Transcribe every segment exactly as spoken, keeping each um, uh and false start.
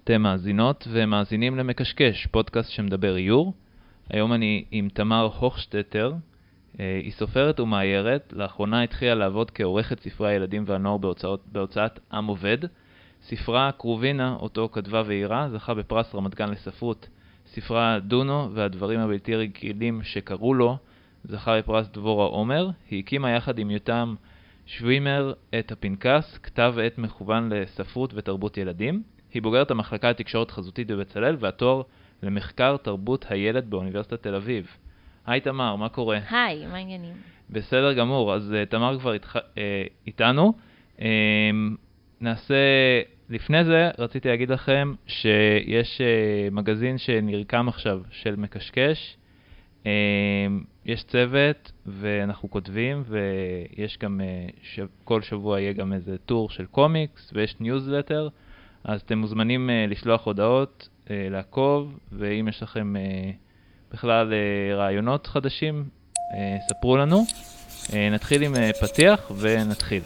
אתם מאזינות ומאזינים למקשקש, פודקאסט שמדבר איור. היום אני עם תמר הוכשטטר. היא סופרת ומאיירת. לאחרונה התחילה לעבוד כעורכת ספרי הילדים והנוער בהוצאות, בהוצאת עם עובד. ספרה קרובינה, אותו כתבה ועירה, זכה בפרס רמת גן לספרות. ספרה דונו והדברים הבלתי רגילים שקראו לו, זכה בפרס דבורה עומר. היא הקימה יחד עם יותם שווימר את הפנקס, כתב עת מכוון לספרות ותרבות ילדים. היא בוגרת המחלקה לתקשורת חזותית בבצלאל והתואר למחקר תרבות הילד באוניברסיטת תל אביב. היי תמר, מה קורה? היי, מה העניינים? בסדר גמור, אז uh, תמר כבר איתך, uh, איתנו. Uh, נעשה, לפני זה רציתי להגיד לכם שיש uh, מגזין שנרקם עכשיו של מקשקש. Uh, יש צוות ואנחנו כותבים, ויש גם uh, ש... כל שבוע יהיה גם איזה טור של קומיקס, ויש ניוזלטר. אז אתם מוזמנים uh, לשלוח הודעות, uh, לעקוב, ואם יש לכם uh, בכלל uh, רעיונות חדשים, uh, ספרו לנו. Uh, נתחיל עם uh, פתיח ונתחיל.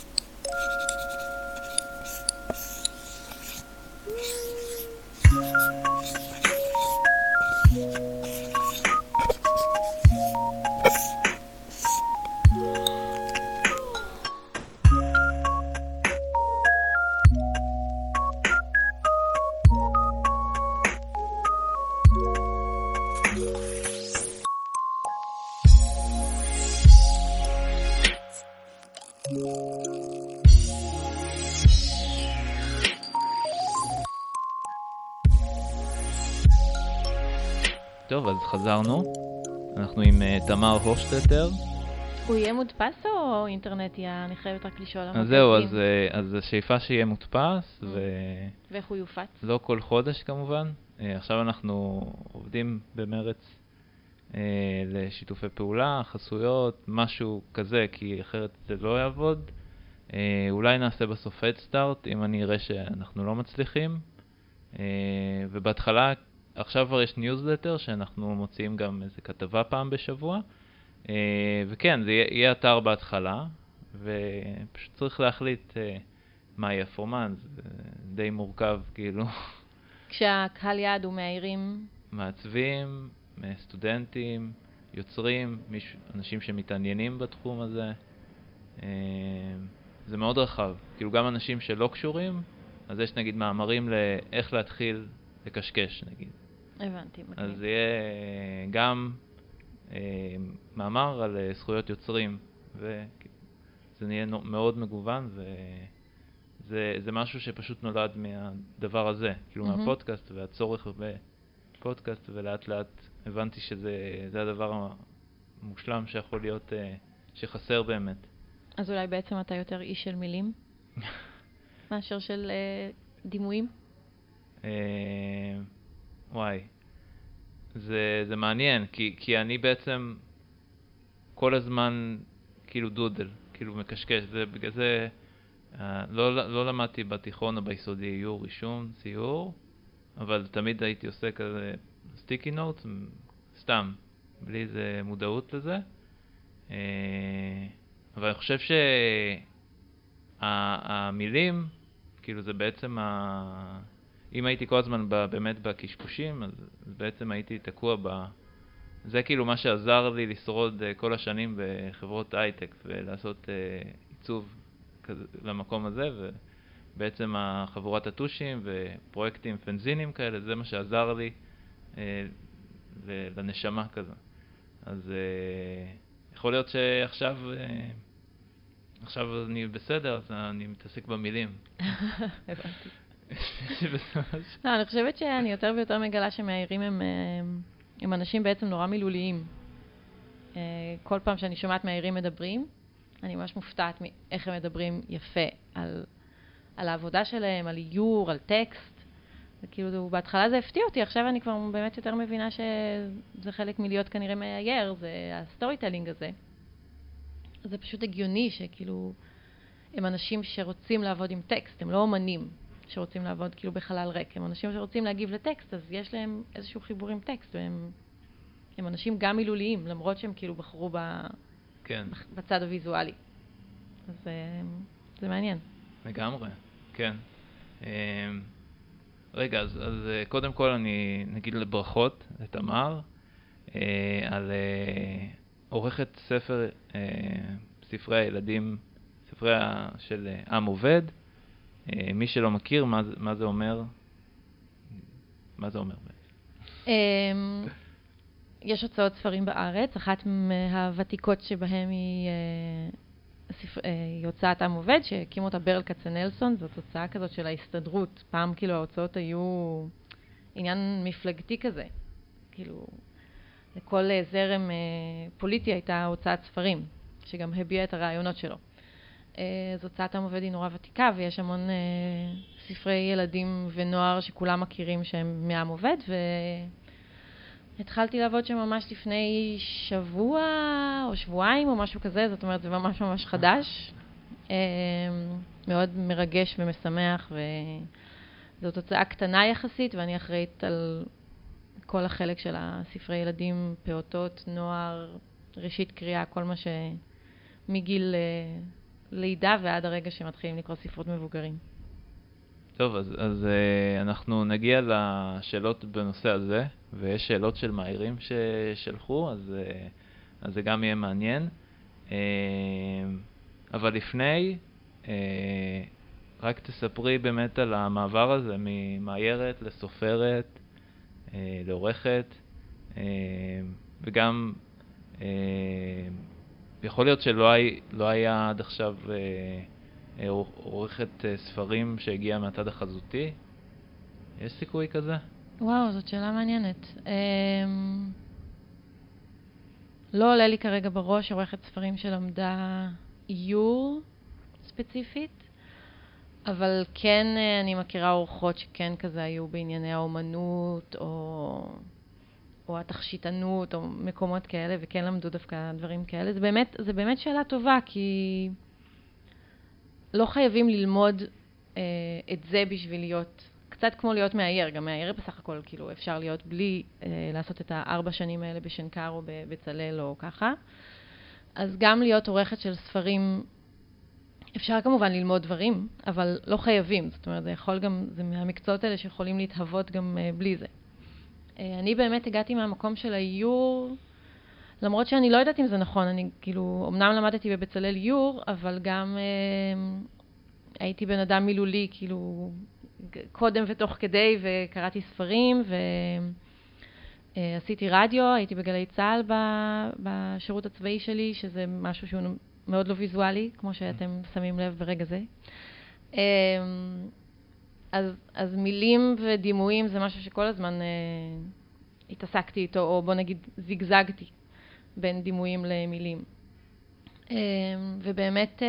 טוב, אז חזרנו. אנחנו עם uh, תמר הוכשטטר. הוא יהיה מודפס או אינטרנטי? אני חייבת רק לשאול. אז זהו, אז, uh, אז השאיפה שיהיה מודפס, ו... ואיך הוא יופץ? לא כל חודש כמובן. Uh, עכשיו אנחנו עובדים במרץ uh, לשיתופי פעולה, חסויות, משהו כזה, כי אחרת זה לא יעבוד. Uh, אולי נעשה בסוף head start, אם אני אראה שאנחנו לא מצליחים. Uh, ובהתחלה, עכשיו כבר יש ניוזלטר שאנחנו מוציאים גם איזה כתבה פעם בשבוע. Uh, וכן, זה יהיה, יהיה אתר בהתחלה, ופשוט צריך להחליט uh, מה יהיה הפורמט, זה די מורכב כאילו. כשהקהל יעד הוא מאיירים? מעצבים, סטודנטים, יוצרים, מיש... אנשים שמתעניינים בתחום הזה. Uh, זה מאוד רחב, כאילו גם אנשים שלא קשורים, אז יש נגיד מאמרים לאיך להתחיל לקשקש נגיד. הבנתי, מגניב. אז יהיה גם אה, מאמר על אה, זכויות יוצרים, וזה נהיה מאוד מגוון, וזה זה משהו שפשוט נולד מהדבר הזה, כאילו Mm-hmm. מהפודקאסט והצורך בפודקאסט, ולאט לאט הבנתי שזה זה הדבר המושלם שיכול להיות, אה, שחסר באמת. אז אולי בעצם אתה יותר איש של מילים? מאשר של אה, דימויים? אה, וואי, זה, זה מעניין, כי, כי אני בעצם כל הזמן כאילו דודל, כאילו מקשקש, זה, בגלל זה אה, לא, לא למדתי בתיכון או ביסודי איור, רישום, ציור, אבל תמיד הייתי עושה כזה סטיקי נוט, סתם, בלי איזה מודעות לזה. אה, אבל אני חושב שהמילים, כאילו זה בעצם ה... אם הייתי כל הזמן ב, באמת בקשקושים, אז, אז בעצם הייתי תקוע ב... זה כאילו מה שעזר לי לשרוד uh, כל השנים בחברות הייטק, ולעשות uh, עיצוב כזה, למקום הזה, ובעצם החבורת הטושים ופרויקטים פנזינים כאלה, זה מה שעזר לי uh, לנשמה כזה. אז uh, יכול להיות שעכשיו uh, עכשיו אני בסדר, אז אני מתעסק במילים. הבנתי. לא, אני חושבת שאני יותר ויותר מגלה שמאיירים הם, הם אנשים בעצם נורא מילוליים. כל פעם שאני שומעת מאיירים מדברים, אני ממש מופתעת מאיך הם מדברים יפה על, על העבודה שלהם, על איור, על טקסט. וכאילו, בהתחלה זה הפתיע אותי, עכשיו אני כבר באמת יותר מבינה שזה חלק מלהיות כנראה מאייר, זה הסטורי טלינג הזה. זה פשוט הגיוני שכאילו, הם אנשים שרוצים לעבוד עם טקסט, הם לא אומנים. שרוצים לעבוד כאילו בחלל ריק. הם אנשים שרוצים להגיב לטקסט, אז יש להם איזשהו חיבור עם טקסט, והם הם אנשים גם מילוליים, למרות שהם כאילו בחרו ב, כן. בצד הוויזואלי. אז זה מעניין. לגמרי, כן. רגע, אז, אז קודם כל אני נגיד לברכות לתמר, אה, על אה, עורכת ספר, אה, ספרי הילדים, ספרי של אה, עם עובד. אה, מי שלא מכיר, מה, מה זה אומר? מה זה אומר? יש הוצאות ספרים בארץ, אחת מהוותיקות שבהם היא, היא הוצאת עם עובד, שהקים אותה ברל כצנלסון, זאת הוצאה כזאת של ההסתדרות. פעם כאילו ההוצאות היו עניין מפלגתי כזה, כאילו לכל זרם פוליטי הייתה הוצאת ספרים, שגם הביעה את הרעיונות שלו. אז הוצאת עם עובד היא נורא ותיקה, ויש המון ספרי ילדים ונוער שכולם מכירים שהם מעם עובד, ו... התחלתי לעבוד שם ממש לפני שבוע או שבועיים או משהו כזה, זאת אומרת, זה ממש ממש חדש. מאוד מרגש ומשמח, וזאת הוצאה קטנה יחסית, ואני אחראית על כל החלק של הספרי ילדים, פעוטות, נוער, ראשית קריאה, כל מה שמגיל לידה ועד הרגע שמתחילים לקרוא ספרות מבוגרים. טוב, אז, אז uh, אנחנו נגיע לשאלות בנושא הזה, ויש שאלות של מאיירים ששלחו, אז, uh, אז זה גם יהיה מעניין. Uh, אבל לפני, uh, רק תספרי באמת על המעבר הזה ממאיירת לסופרת, uh, לעורכת, uh, וגם uh, יכול להיות שלא היה, לא היה עד עכשיו... Uh, עורכת ספרים שהגיעה מהצד החזותי? יש סיכוי כזה? וואו, זאת שאלה מעניינת. לא עולה לי כרגע בראש עורכת ספרים שלמדה איור ספציפית, אבל כן אני מכירה עורכות שכן כזה היו בענייני האומנות או, או התכשיטנות או מקומות כאלה, וכן למדו דווקא דברים כאלה. זה באמת, זה באמת שאלה טובה, כי לא חייבים ללמוד אה, את זה בשביל להיות, קצת כמו להיות מאייר, גם מאייר בסך הכל, כאילו אפשר להיות בלי אה, לעשות את הארבע שנים האלה בשנקר או בצלל או ככה. אז גם להיות עורכת של ספרים, אפשר כמובן ללמוד דברים, אבל לא חייבים. זאת אומרת, זה יכול גם, זה מהמקצועות האלה שיכולים להתהוות גם אה, בלי זה. אה, אני באמת הגעתי מהמקום של האיור, למרות שאני לא יודעת אם זה נכון, אני כאילו, אמנם למדתי בבצלל איור, אבל גם אה, הייתי בן אדם מילולי, כאילו, קודם ותוך כדי, וקראתי ספרים, ועשיתי אה, רדיו, הייתי בגלי צהל ב, בשירות הצבאי שלי, שזה משהו שהוא מאוד לא ויזואלי, כמו שאתם שמים לב ברגע זה. אה, אז, אז מילים ודימויים זה משהו שכל הזמן אה, התעסקתי איתו, או בוא נגיד זיגזגתי. בין דימויים למילים. ובאמת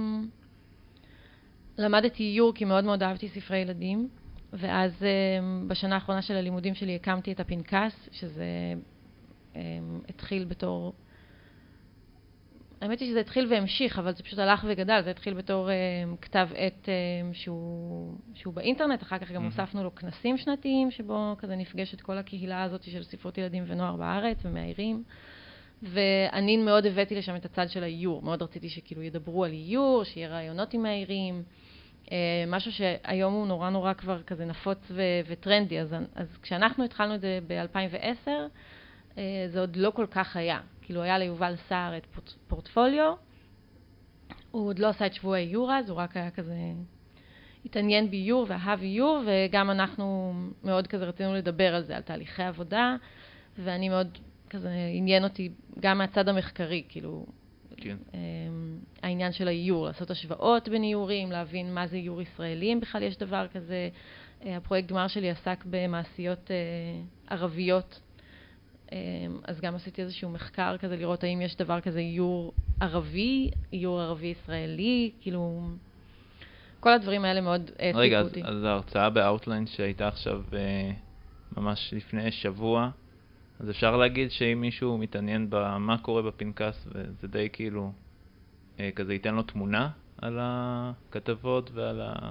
למדתי איור כי מאוד מאוד אהבתי ספרי ילדים, ואז בשנה האחרונה של הלימודים שלי הקמתי את הפנקס, שזה התחיל בתור, האמת היא שזה התחיל והמשיך, אבל זה פשוט הלך וגדל, זה התחיל בתור כתב עת שהוא, שהוא באינטרנט, אחר כך גם הוספנו לו כנסים שנתיים, שבו כזה נפגש את כל הקהילה הזאת של ספרות ילדים ונוער בארץ ומאיירים. ואני מאוד הבאתי לשם את הצד של האיור, מאוד רציתי שכאילו ידברו על איור, שיהיה רעיונות עם מאיירים, משהו שהיום הוא נורא נורא כבר כזה נפוץ ו- וטרנדי, אז, אז כשאנחנו התחלנו את זה ב-אלפיים ועשר, זה עוד לא כל כך היה, כאילו היה ליובל סער את פורט- פורטפוליו, הוא עוד לא עשה את שבוע האיור אז, הוא רק היה כזה, התעניין באיור ואהב איור, וגם אנחנו מאוד כזה רצינו לדבר על זה, על תהליכי עבודה, ואני מאוד כזה עניין אותי גם מהצד המחקרי, כאילו, כן. העניין של האיור, לעשות השוואות בין איורים, להבין מה זה איור ישראלי, אם בכלל יש דבר כזה. הפרויקט גמר שלי עסק במעשיות ערביות, אז גם עשיתי איזשהו מחקר כזה, לראות האם יש דבר כזה איור ערבי, איור ערבי ישראלי, כאילו, כל הדברים האלה מאוד העסיקו אותי. רגע, אז, אז ההרצאה באוטליין שהייתה עכשיו ממש לפני שבוע, אז אפשר להגיד שאם מישהו מתעניין במה קורה בפנקס, וזה די כאילו, אה, כזה ייתן לו תמונה על הכתבות ועל ה...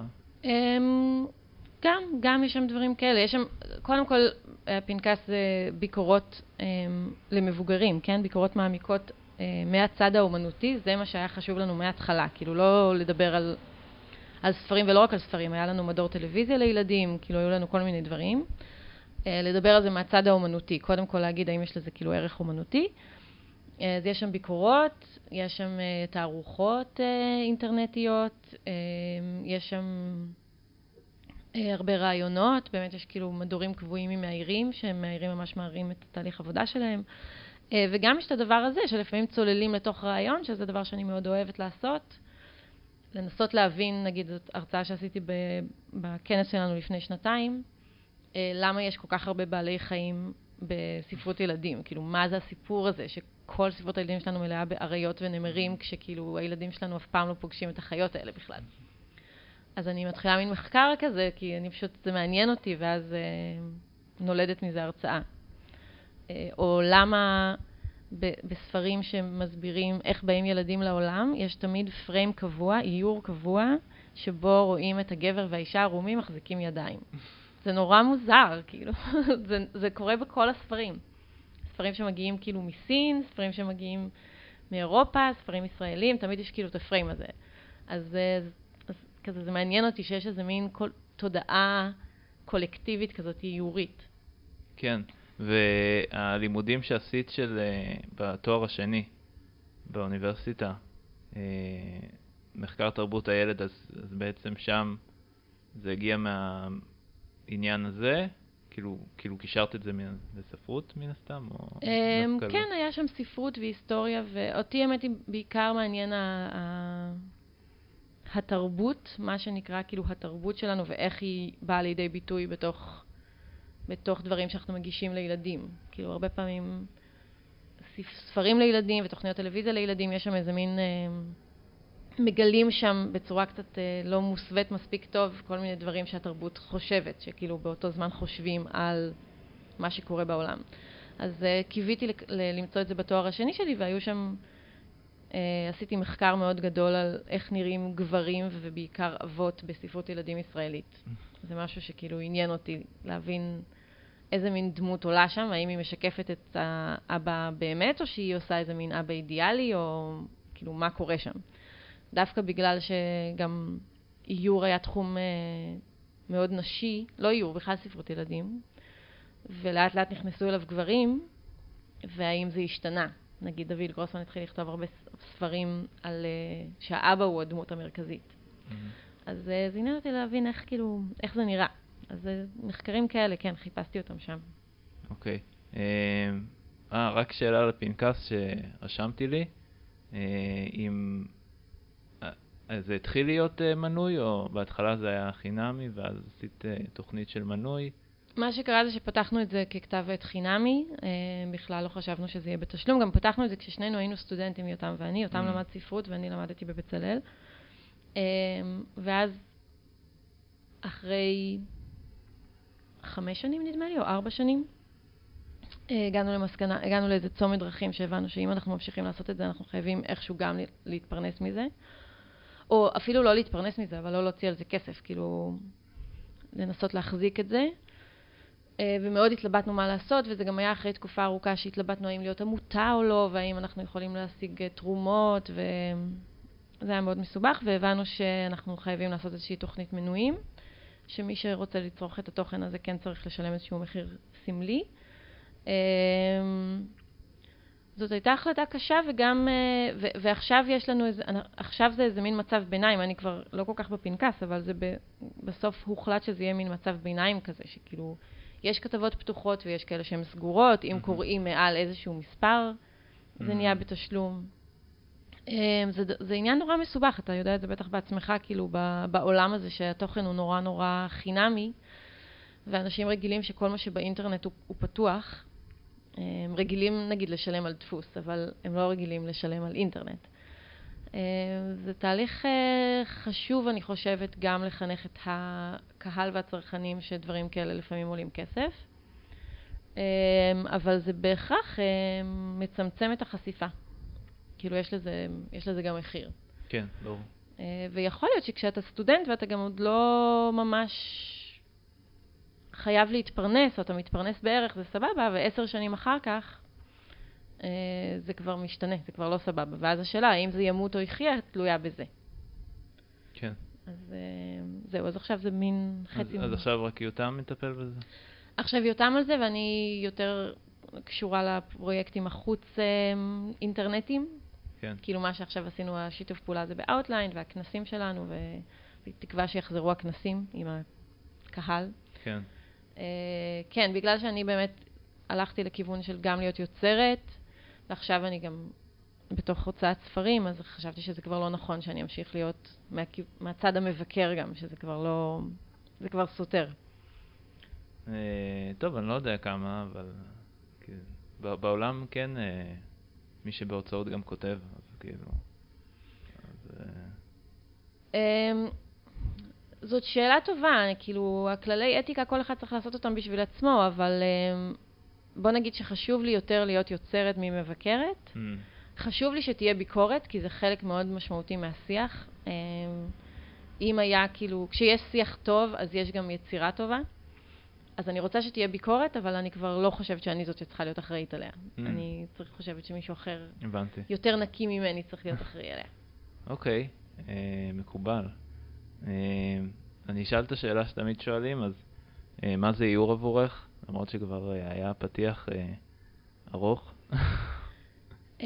גם, גם יש שם דברים כאלה. יש שם, קודם כל, הפנקס זה ביקורות אה, למבוגרים, כן? ביקורות מעמיקות אה, מהצד האומנותי, זה מה שהיה חשוב לנו מההתחלה. כאילו לא לדבר על, על ספרים ולא רק על ספרים, היה לנו מדור טלוויזיה לילדים, כאילו היו לנו כל מיני דברים. לדבר על זה מהצד האומנותי, קודם כל להגיד האם יש לזה כאילו ערך אומנותי. אז יש שם ביקורות, יש שם תערוכות אינטרנטיות, יש שם הרבה רעיונות, באמת יש כאילו מדורים קבועים עם מאיירים, שהם מאיירים ממש מאיירים את תהליך עבודה שלהם. וגם יש את הדבר הזה, שלפעמים צוללים לתוך רעיון, שזה דבר שאני מאוד אוהבת לעשות. לנסות להבין, נגיד, זאת הרצאה שעשיתי בכנס שלנו לפני שנתיים, למה יש כל כך הרבה בעלי חיים בספרות ילדים? כאילו, מה זה הסיפור הזה, שכל ספרות הילדים שלנו מלאה באריות ונמרים, כשכאילו הילדים שלנו אף פעם לא פוגשים את החיות האלה בכלל. אז אני מתחילה מין מחקר כזה, כי אני פשוט, זה מעניין אותי, ואז אה, נולדת מזה הרצאה. אה, או למה ב- בספרים שמסבירים איך באים ילדים לעולם, יש תמיד פריים קבוע, איור קבוע, שבו רואים את הגבר והאישה הערומים מחזיקים ידיים. זה נורא מוזר, כאילו. זה, זה קורה בכל הספרים. ספרים שמגיעים כאילו מסין, ספרים שמגיעים מאירופה, ספרים ישראלים, תמיד יש כאילו את הפריים הזה. אז, אז, אז כזה זה מעניין אותי שיש איזה מין כל, תודעה קולקטיבית כזאת איורית. כן, והלימודים שעשית של, בתואר השני באוניברסיטה, מחקר תרבות הילד, אז, אז בעצם שם זה הגיע מה... עניין הזה, כאילו, כאילו קישרת את זה לספרות מן הסתם? או כן, היה שם ספרות והיסטוריה, ואותי האמת היא בעיקר מעניין התרבות, מה שנקרא כאילו התרבות שלנו, ואיך היא באה לידי ביטוי בתוך, בתוך דברים שאנחנו מגישים לילדים. כאילו, הרבה פעמים ספרים לילדים ותוכניות טלוויזיה לילדים, יש שם איזה מין... מגלים שם בצורה קצת לא מוסווית מספיק טוב כל מיני דברים שהתרבות חושבת, שכאילו באותו זמן חושבים על מה שקורה בעולם. אז קיוויתי למצוא את זה בתואר השני שלי, והיו שם, עשיתי מחקר מאוד גדול על איך נראים גברים ובעיקר אבות בספרות ילדים ישראלית. זה משהו שכאילו עניין אותי להבין איזה מין דמות עולה שם, האם היא משקפת את האבא באמת, או שהיא עושה איזה מין אבא אידיאלי, או כאילו מה קורה שם. דווקא בגלל שגם איור היה תחום אה, מאוד נשי, לא איור, בכלל ספרות ילדים, ולאט לאט נכנסו אליו גברים, והאם זה השתנה. נגיד דוד גרוסמן התחיל לכתוב הרבה ספרים על אה, שהאבא הוא הדמות המרכזית. Mm-hmm. אז אה, זה עניין אותי להבין איך, כאילו, איך זה נראה. אז אה, מחקרים כאלה, כן, חיפשתי אותם שם. אוקיי. Okay. אה, רק שאלה לפנקס שרשמתי לי. אה, אם... אז זה התחיל להיות uh, מנוי, או בהתחלה זה היה חינמי, ואז עשית uh, תוכנית של מנוי? מה שקרה זה שפתחנו את זה ככתב עת חינמי, uh, בכלל לא חשבנו שזה יהיה בתשלום, גם פתחנו את זה כששנינו היינו סטודנטים, יותם ואני, יותם mm. למד ספרות ואני למדתי בבצלאל. Uh, ואז אחרי חמש שנים נדמה לי, או ארבע שנים, uh, הגענו למסקנה, הגענו לאיזה צומת דרכים שהבנו שאם אנחנו ממשיכים לעשות את זה, אנחנו חייבים איכשהו גם להתפרנס מזה. או אפילו לא להתפרנס מזה, אבל לא להוציא על זה כסף, כאילו לנסות להחזיק את זה. ומאוד התלבטנו מה לעשות, וזה גם היה אחרי תקופה ארוכה שהתלבטנו האם להיות עמותה או לא, והאם אנחנו יכולים להשיג תרומות, וזה היה מאוד מסובך, והבנו שאנחנו חייבים לעשות איזושהי תוכנית מנויים, שמי שרוצה לצרוך את התוכן הזה כן צריך לשלם איזשהו מחיר סמלי. זאת הייתה החלטה קשה, וגם, ו- ועכשיו יש לנו איזה, עכשיו זה איזה מין מצב ביניים, אני כבר לא כל כך בפנקס, אבל זה ב- בסוף הוחלט שזה יהיה מין מצב ביניים כזה, שכאילו, יש כתבות פתוחות ויש כאלה שהן סגורות, אם קוראים מעל איזשהו מספר, זה נהיה בתשלום. זה, זה עניין נורא מסובך, אתה יודע את זה בטח בעצמך, כאילו, ב- בעולם הזה שהתוכן הוא נורא נורא חינמי, ואנשים רגילים שכל מה שבאינטרנט הוא, הוא פתוח, הם רגילים, נגיד, לשלם על דפוס, אבל הם לא רגילים לשלם על אינטרנט. זה תהליך חשוב, אני חושבת, גם לחנך את הקהל והצרכנים שדברים כאלה לפעמים עולים כסף, אבל זה בהכרח מצמצם את החשיפה. כאילו, יש לזה, יש לזה גם מחיר. כן, לא. ויכול להיות שכשאתה סטודנט ואתה גם עוד לא ממש חייב להתפרנס, או אתה מתפרנס בערך, זה סבבה, ועשר שנים אחר כך, אה, זה כבר משתנה, זה כבר לא סבבה. ואז השאלה, האם זה ימות או יחיה, תלויה בזה. כן. אז זהו, אז עכשיו זה מין חצי... אז, אז עכשיו רק יותם מטפל בזה? עכשיו יותם על זה, ואני יותר קשורה לפרויקטים החוץ אינטרנטיים. כן. כאילו מה שעכשיו עשינו, השיתוף פעולה זה באוטליין, והכנסים שלנו, ובתקווה שיחזרו הכנסים עם הקהל. כן. Uh, כן, בגלל שאני באמת הלכתי לכיוון של גם להיות יוצרת, ועכשיו אני גם בתוך הוצאת ספרים, אז חשבתי שזה כבר לא נכון שאני אמשיך להיות מה, מהצד המבקר גם, שזה כבר לא... זה כבר סותר. Uh, טוב, אני לא יודע כמה, אבל... כן. בעולם כן, uh, מי שבהוצאות גם כותב, אז כאילו... אז, uh... um, זאת שאלה טובה, כאילו, הכללי אתיקה, כל אחד צריך לעשות אותם בשביל עצמו, אבל um, בוא נגיד שחשוב לי יותר להיות יוצרת ממבקרת. Mm. חשוב לי שתהיה ביקורת, כי זה חלק מאוד משמעותי מהשיח. Um, אם היה, כאילו, כשיש שיח טוב, אז יש גם יצירה טובה. אז אני רוצה שתהיה ביקורת, אבל אני כבר לא חושבת שאני זאת שצריכה להיות אחראית עליה. Mm. אני צריך חושבת שמישהו אחר, הבנתי. יותר נקי ממני, צריך להיות אחראי עליה. אוקיי, okay. uh, מקובל. Uh, אני אשאל את השאלה שתמיד שואלים, אז uh, מה זה איור עבורך? למרות שכבר uh, היה פתיח uh, ארוך. um,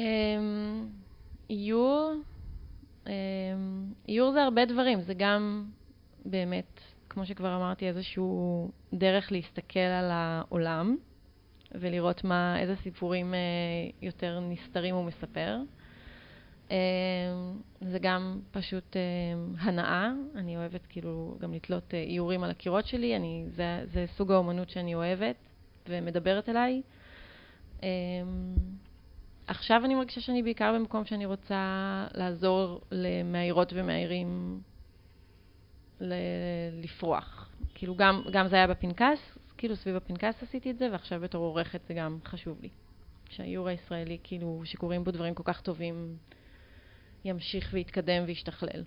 איור, um, איור זה הרבה דברים, זה גם באמת, כמו שכבר אמרתי, איזשהו דרך להסתכל על העולם, ולראות מה, איזה סיפורים uh, יותר נסתרים הוא מספר. Uh, זה גם פשוט uh, הנאה, אני אוהבת כאילו גם לתלות uh, איורים על הקירות שלי, אני, זה, זה סוג האומנות שאני אוהבת ומדברת אליי. Uh, עכשיו אני מרגישה שאני בעיקר במקום שאני רוצה לעזור למאיירות ומאיירים ל- לפרוח. כאילו גם, גם זה היה בפנקס, כאילו סביב הפנקס עשיתי את זה, ועכשיו בתור עורכת זה גם חשוב לי. שהאיור הישראלי, כאילו, שקוראים בו דברים כל כך טובים, ימשיך ויתקדם וישתכלל.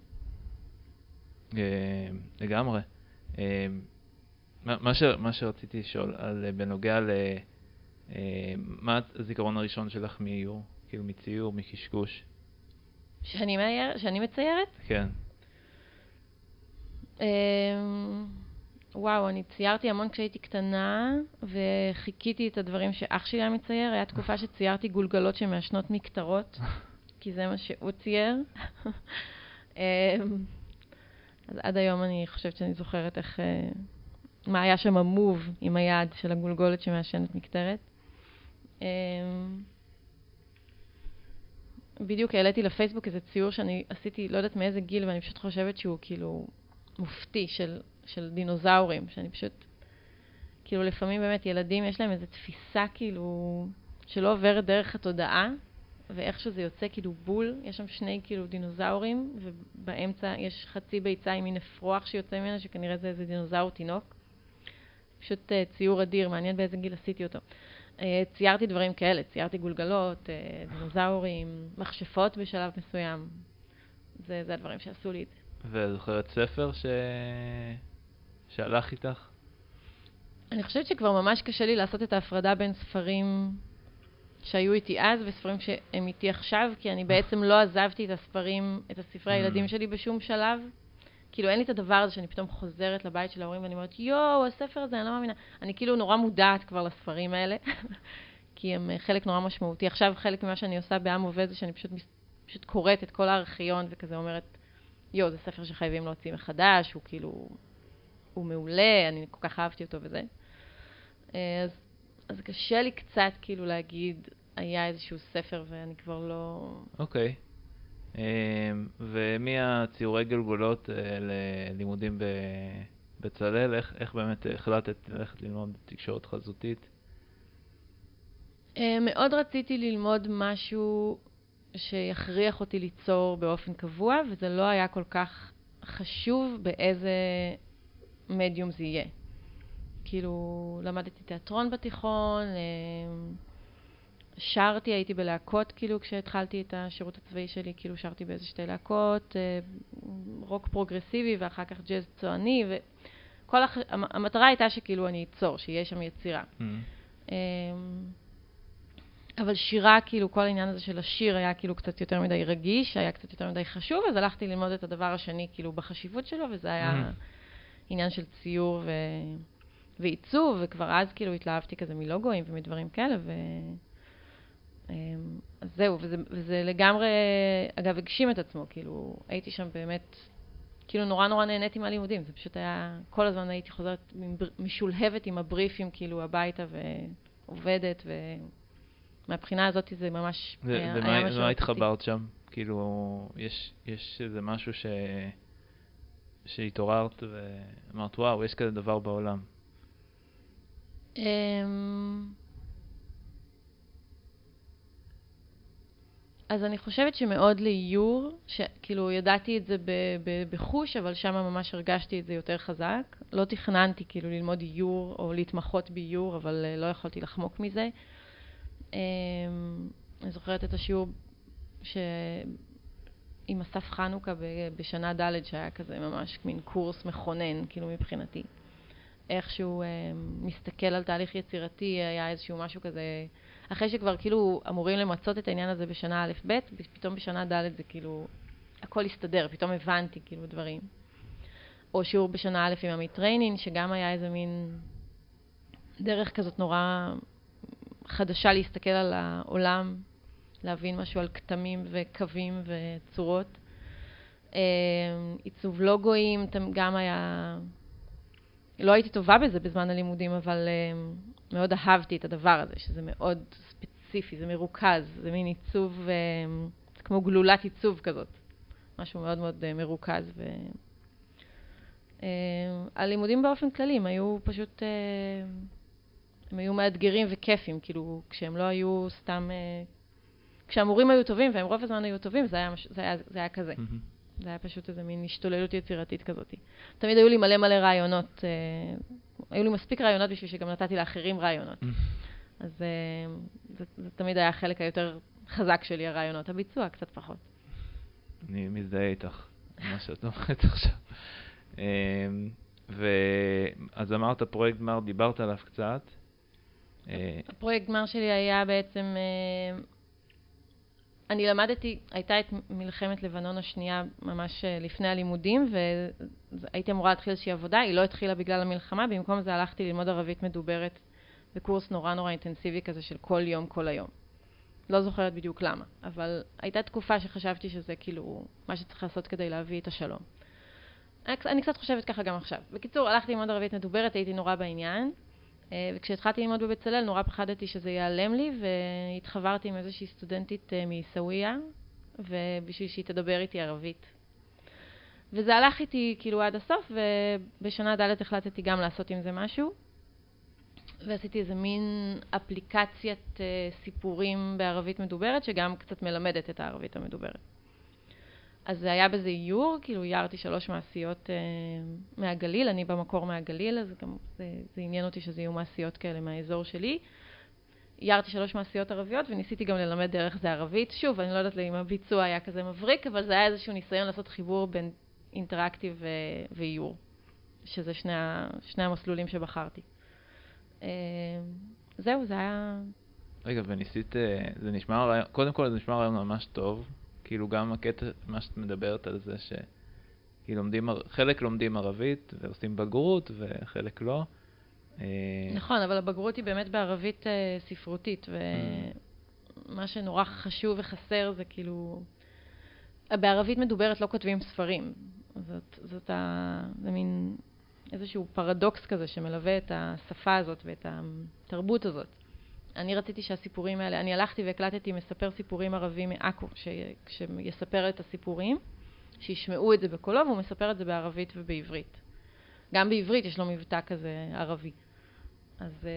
לגמרי. מה שרציתי לשאול, בנוגע ל... מה הזיכרון הראשון שלך מאיור? כאילו מציור, מקשקוש? שאני מציירת? כן. וואו, אני ציירתי המון כשהייתי קטנה, וחיכיתי את הדברים שאח שלי היה מצייר. היה תקופה שציירתי גולגלות שמעשנות מקטרות. כי זה מה שהוא צייר. אז עד היום אני חושבת שאני זוכרת איך, מה היה שם המוב עם היד של הגולגולת שמעשנת מקטרת. בדיוק העליתי לפייסבוק איזה ציור שאני עשיתי, לא יודעת מאיזה גיל, ואני פשוט חושבת שהוא כאילו מופתי של, של דינוזאורים, שאני פשוט, כאילו לפעמים באמת ילדים יש להם איזו תפיסה כאילו שלא עוברת דרך התודעה, ואיך שזה יוצא כאילו בול, יש שם שני כאילו דינוזאורים, ובאמצע יש חצי ביצה עם מין אפרוח שיוצא ממנה, שכנראה זה איזה דינוזאור תינוק. פשוט uh, ציור אדיר, מעניין באיזה גיל עשיתי אותו. Uh, ציירתי דברים כאלה, ציירתי גולגלות, uh, דינוזאורים, מכשפות בשלב מסוים. זה, זה הדברים שעשו לי את זה. וזוכרת ספר ש... שהלך איתך? אני חושבת שכבר ממש קשה לי לעשות את ההפרדה בין ספרים שהיו איתי אז וספרים שהם איתי עכשיו, כי אני בעצם לא עזבתי את הספרים, את הספרי הילדים שלי בשום שלב. כאילו אין לי את הדבר הזה שאני פתאום חוזרת לבית של ההורים ואני אומרת, יואו, הספר הזה, אני לא מאמינה. אני כאילו נורא מודעת כבר לספרים האלה, כי הם חלק נורא משמעותי. עכשיו חלק ממה שאני עושה בעם עובד זה שאני פשוט, פשוט קוראת את כל הארכיון וכזה אומרת, יואו, זה ספר שחייבים להוציא מחדש, הוא כאילו, הוא מעולה, אני כל כך אהבתי אותו וזה. אז אז קשה לי קצת כאילו להגיד, היה איזשהו ספר ואני כבר לא... אוקיי. Okay. ומי הציורי גלגולות ללימודים בצלאל? איך, איך באמת החלטת ללכת ללמוד תקשורת חזותית? מאוד רציתי ללמוד משהו שיכריח אותי ליצור באופן קבוע, וזה לא היה כל כך חשוב באיזה מדיום זה יהיה. כאילו, למדתי תיאטרון בתיכון, שרתי, הייתי בלהקות, כאילו, כשהתחלתי את השירות הצבאי שלי, כאילו, שרתי באיזה שתי להקות, רוק פרוגרסיבי, ואחר כך ג'אז צועני, וכל הח... המטרה הייתה שכאילו אני אצור, שיהיה שם יצירה. Mm-hmm. אבל שירה, כאילו, כל העניין הזה של השיר היה כאילו קצת יותר מדי רגיש, היה קצת יותר מדי חשוב, אז הלכתי ללמוד את הדבר השני, כאילו, בחשיבות שלו, וזה היה עניין של ציור ו... ועיצוב, וכבר אז כאילו התלהבתי כזה מלוגויים ומדברים כאלה, ו... אז זהו, וזה, וזה לגמרי, אגב, הגשים את עצמו, כאילו, הייתי שם באמת, כאילו, נורא נורא נהניתי מהלימודים, זה פשוט היה, כל הזמן הייתי חוזרת משולהבת עם הבריפים, כאילו, הביתה ועובדת, ומהבחינה הזאת זה ממש ו- היה, ומה, היה משהו... ומה התחברת שם? כאילו, יש, יש איזה משהו ש... שהתעוררת ואמרת, וואו, יש כזה דבר בעולם. Um, אז אני חושבת שמאוד לאיור, שכאילו ידעתי את זה ב- ב- בחוש, אבל שם ממש הרגשתי את זה יותר חזק. לא תכננתי כאילו ללמוד איור או להתמחות באיור, אבל uh, לא יכולתי לחמוק מזה. Um, אני זוכרת את השיעור ש... עם אסף חנוכה ב- בשנה ד' שהיה כזה ממש מין קורס מכונן, כאילו מבחינתי. איכשהו אה, מסתכל על תהליך יצירתי, היה איזשהו משהו כזה, אחרי שכבר כאילו אמורים למצות את העניין הזה בשנה א' ב', פתאום בשנה ד' זה כאילו, הכל הסתדר, פתאום הבנתי כאילו דברים. או שיעור בשנה א' עם עמית ריינין, שגם היה איזה מין דרך כזאת נורא חדשה להסתכל על העולם, להבין משהו על כתמים וקווים וצורות. אה, עיצוב לוגויים גם היה... לא הייתי טובה בזה בזמן הלימודים, אבל uh, מאוד אהבתי את הדבר הזה, שזה מאוד ספציפי, זה מרוכז, זה מין עיצוב, uh, זה כמו גלולת עיצוב כזאת. משהו מאוד מאוד uh, מרוכז. ו... Uh, הלימודים באופן כללי, הם היו פשוט, uh, הם היו מאתגרים וכיפים, כאילו, כשהם לא היו סתם, uh, כשהמורים היו טובים, והם רוב הזמן היו טובים, זה היה, זה היה, זה היה כזה. Mm-hmm. זה היה פשוט איזה מין השתוללות יצירתית כזאת. תמיד היו לי מלא מלא רעיונות, אה, היו לי מספיק רעיונות בשביל שגם נתתי לאחרים רעיונות. אז אה, זה, זה תמיד היה החלק היותר חזק שלי, הרעיונות. הביצוע קצת פחות. אני מזדהה איתך, מה שאת אומרת עכשיו. אה, ואז אמרת פרויקט גמר, דיברת עליו קצת. אה, הפרויקט גמר שלי היה בעצם... אה, אני למדתי, הייתה את מלחמת לבנון השנייה ממש לפני הלימודים, והייתי אמורה להתחיל איזושהי עבודה, היא לא התחילה בגלל המלחמה, במקום זה הלכתי ללמוד ערבית מדוברת בקורס נורא נורא אינטנסיבי כזה של כל יום, כל היום. לא זוכרת בדיוק למה, אבל הייתה תקופה שחשבתי שזה כאילו מה שצריך לעשות כדי להביא את השלום. אני קצת חושבת ככה גם עכשיו. בקיצור, הלכתי ללמוד ערבית מדוברת, הייתי נורא בעניין, וכשהתחלתי ללמוד בבצלאל, נורא פחדתי שזה ייעלם לי, והתחברתי עם איזושהי סטודנטית מסוויה, ובשביל שהיא תדבר איתי ערבית. וזה הלך איתי כאילו עד הסוף, ובשנה ד' החלטתי גם לעשות עם זה משהו, ועשיתי איזה מין אפליקציית סיפורים בערבית מדוברת, שגם קצת מלמדת את הערבית המדוברת. אז זה היה בזה איור, כאילו אירתי שלוש מעשיות אה, מהגליל, אני במקור מהגליל, אז גם זה, זה עניין אותי שזה יהיו מעשיות כאלה מהאזור שלי. אירתי שלוש מעשיות ערביות וניסיתי גם ללמד דרך זה ערבית. שוב, אני לא יודעת אם הביצוע היה כזה מבריק, אבל זה היה איזשהו ניסיון לעשות חיבור בין אינטראקטיב ו- ואיור, שזה שני, ה- שני המסלולים שבחרתי. אה, זהו, זה היה... רגע, וניסית, זה נשמע רעיון, קודם כל זה נשמע רעיון ממש טוב. כאילו גם הקטע, מה שאת מדברת על זה, שחלק חלק לומדים ערבית ועושים בגרות וחלק לא. נכון, אבל הבגרות היא באמת בערבית ספרותית, ומה שנורא חשוב וחסר זה כאילו, בערבית מדוברת לא כותבים ספרים. זאת, זאת ה, זה מין איזשהו פרדוקס כזה שמלווה את השפה הזאת ואת התרבות הזאת. אני רציתי שהסיפורים האלה, אני הלכתי והקלטתי מספר סיפורים ערבים מעכו, שיספר את הסיפורים, שישמעו את זה בקולו, והוא מספר את זה בערבית ובעברית. גם בעברית יש לו מבטא כזה ערבי. אז אה,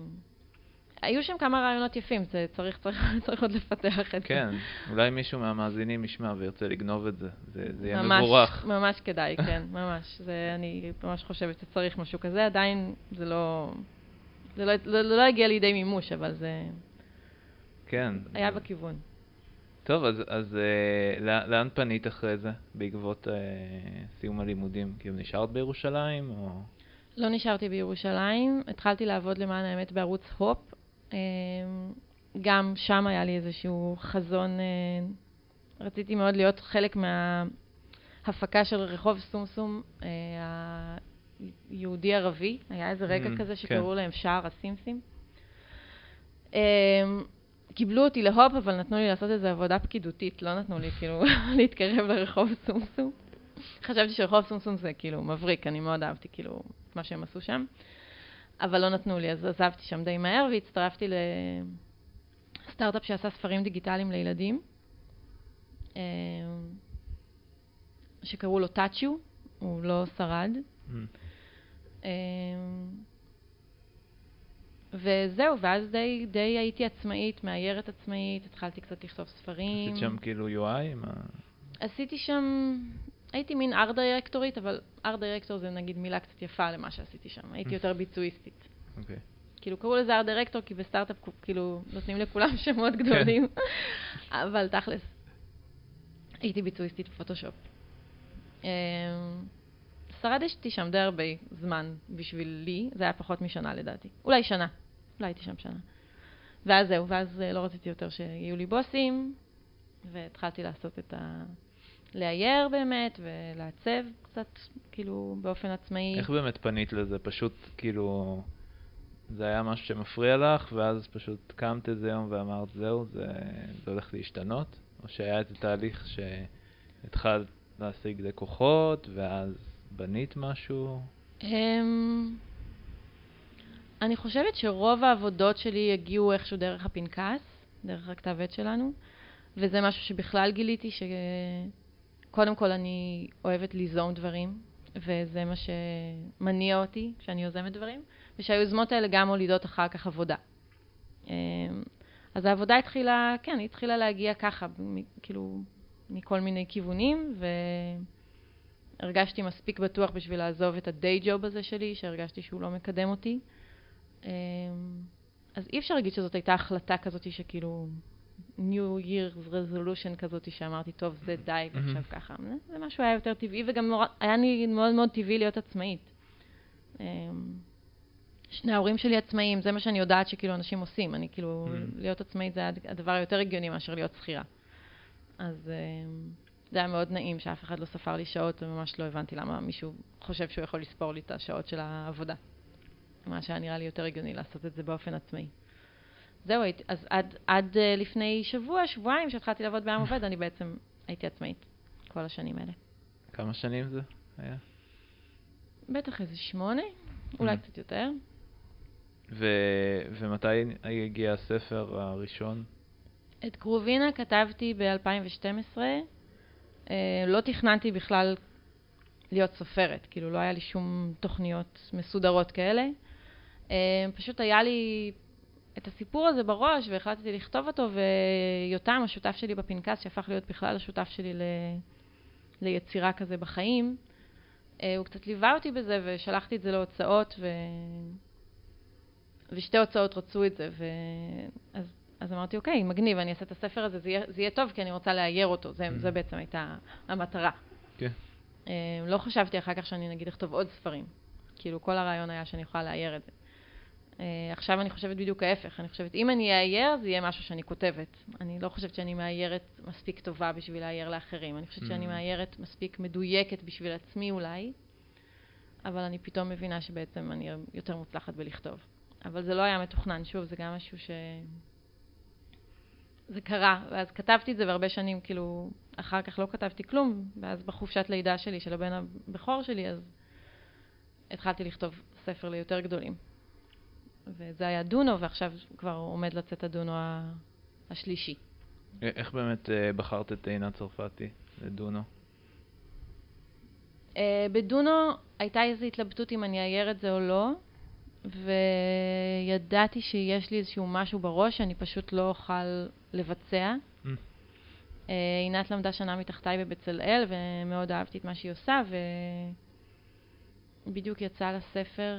היו שם כמה רעיונות יפים, זה צריך, צריך, צריך עוד לפתח את כן, זה. כן, אולי מישהו מהמאזינים ישמע וירצה לגנוב את זה, זה, זה יהיה ממש, מבורך. ממש כדאי, כן, ממש. זה, אני ממש חושבת שצריך משהו כזה, עדיין זה לא... זה לא, לא, לא הגיע לידי מימוש, אבל זה כן, היה זה... בכיוון. טוב, אז, אז אה, לאן פנית אחרי זה, בעקבות אה, סיום הלימודים? כאילו נשארת בירושלים? או... לא נשארתי בירושלים, התחלתי לעבוד למען האמת בערוץ הופ, אה, גם שם היה לי איזשהו חזון, רציתי מאוד להיות חלק מההפקה של רחוב סומסום, היהודי ערבי, היה איזה רגע כזה שקראו להם שער הסימסים. קיבלו אותי להופ, אבל נתנו לי לעשות איזו עבודה פקידותית, לא נתנו לי כאילו להתקרב לרחוב סומסום. חשבתי שרחוב סומסום זה כאילו מבריק, אני מאוד אהבתי כאילו מה שהם עשו שם, אבל לא נתנו לי, אז עזבתי שם די מהר והצטרפתי לסטארט-אפ שעשה ספרים דיגיטליים לילדים, שקראו לו טאצ'יו, הוא לא שרד. Mm. וזהו, ואז די, די הייתי עצמאית, מאיירת עצמאית, התחלתי קצת לכתוב ספרים. עשית שם כאילו יו איי? מה... עשיתי שם, הייתי מין ארט דירקטורית, אבל ארט דירקטור זה נגיד מילה קצת יפה למה שעשיתי שם. הייתי יותר ביצועיסטית. אוקיי. כאילו קראו לזה ארט דירקטור, כי בסטארט-אפ כאילו נותנים לכולם שמות גדולים. אבל תכלס, הייתי ביצועיסטית בפוטושופ. שרדתי שם די הרבה זמן בשביל לי, זה היה פחות משנה לדעתי. אולי שנה, אולי הייתי שם שנה. ואז זהו, ואז לא רציתי יותר שיהיו לי בוסים, והתחלתי לעשות את ה... לאייר באמת, ולעצב קצת, כאילו, באופן עצמאי. איך באמת פנית לזה? פשוט, כאילו, זה היה משהו שמפריע לך, ואז פשוט קמת איזה יום ואמרת, זהו, זה, זה הולך להשתנות? או שהיה איזה תהליך שהתחלת להשיג די כוחות, ואז בנית משהו? אני חושבת שרוב העבודות שלי הגיעו איכשהו דרך הפנקס, דרך הכתב עת שלנו, וזה משהו שבכלל גיליתי שקודם כל אני אוהבת ליזום דברים, וזה מה שמניע אותי כשאני יוזמת דברים, ושהיוזמות האלה גם מולידות אחר כך עבודה. אז העבודה התחילה, כן, היא התחילה להגיע ככה, כאילו, מכל מיני כיוונים, והרגשתי מספיק בטוח בשביל לעזוב את הדיי ג'וב הזה שלי, שהרגשתי שהוא לא מקדם אותי. אז אי אפשר להגיד שזאת הייתה החלטה כזאת שכאילו New Year's Resolution כזאת שאמרתי, טוב, זה די, ועכשיו ככה. זה משהו היה יותר טבעי, וגם נורא, היה לי מאוד מאוד טבעי להיות עצמאית. שני ההורים שלי עצמאיים, זה מה שאני יודעת שכאילו אנשים עושים. אני כאילו, להיות עצמאית זה הדבר היותר הגיוני מאשר להיות שכירה. אז זה היה מאוד נעים שאף אחד לא ספר לי שעות, וממש לא הבנתי למה מישהו חושב שהוא יכול לספור לי את השעות של העבודה. מה שהיה נראה לי יותר הגיוני לעשות את זה באופן עצמאי. זהו, אז עד, עד לפני שבוע, שבועיים שהתחלתי לעבוד בעם עובד, אני בעצם הייתי עצמאית כל השנים האלה. כמה שנים זה היה? בטח איזה שמונה, אולי קצת יותר. ו- ומתי הגיע הספר הראשון? את קרובינה כתבתי ב-אלפיים ושתים עשרה. לא תכננתי בכלל להיות סופרת, כאילו לא היה לי שום תוכניות מסודרות כאלה. פשוט היה לי את הסיפור הזה בראש, והחלטתי לכתוב אותו, ויותם, השותף שלי בפנקס, שהפך להיות בכלל השותף שלי ל... ליצירה כזה בחיים, הוא קצת ליווה אותי בזה, ושלחתי את זה להוצאות, ו... ושתי הוצאות רצו את זה, ו... אז, אז אמרתי, אוקיי, מגניב, אני אעשה את הספר הזה, זה יהיה, זה יהיה טוב, כי אני רוצה לאייר אותו, זה, זה בעצם הייתה המטרה. כן. לא חשבתי אחר כך שאני נגיד לכתוב עוד ספרים, כאילו כל הרעיון היה שאני יכולה לאייר את זה. עכשיו אני חושבת בדיוק ההפך, אני חושבת, אם אני אאייר, זה יהיה משהו שאני כותבת. אני לא חושבת שאני מאיירת מספיק טובה בשביל לאייר לאחרים. אני חושבת שאני מאיירת מספיק מדויקת בשביל עצמי אולי, אבל אני פתאום מבינה שבעצם אני יותר מוצלחת בלכתוב. אבל זה לא היה מתוכנן, שוב, זה גם משהו ש... זה קרה, ואז כתבתי את זה והרבה שנים, כאילו, אחר כך לא כתבתי כלום, ואז בחופשת לידה שלי, של הבן הבכור שלי, אז התחלתי לכתוב ספר ליותר גדולים. וזה היה דונו, ועכשיו כבר עומד לצאת הדונו השלישי. איך באמת בחרת את עינת צרפתי לדונו? בדונו הייתה איזו התלבטות אם אני אאייר את זה או לא, וידעתי שיש לי איזשהו משהו בראש שאני פשוט לא אוכל לבצע. עינת למדה שנה מתחתיי בבצלאל, ומאוד אהבתי את מה שהיא עושה, ובדיוק יצא לספר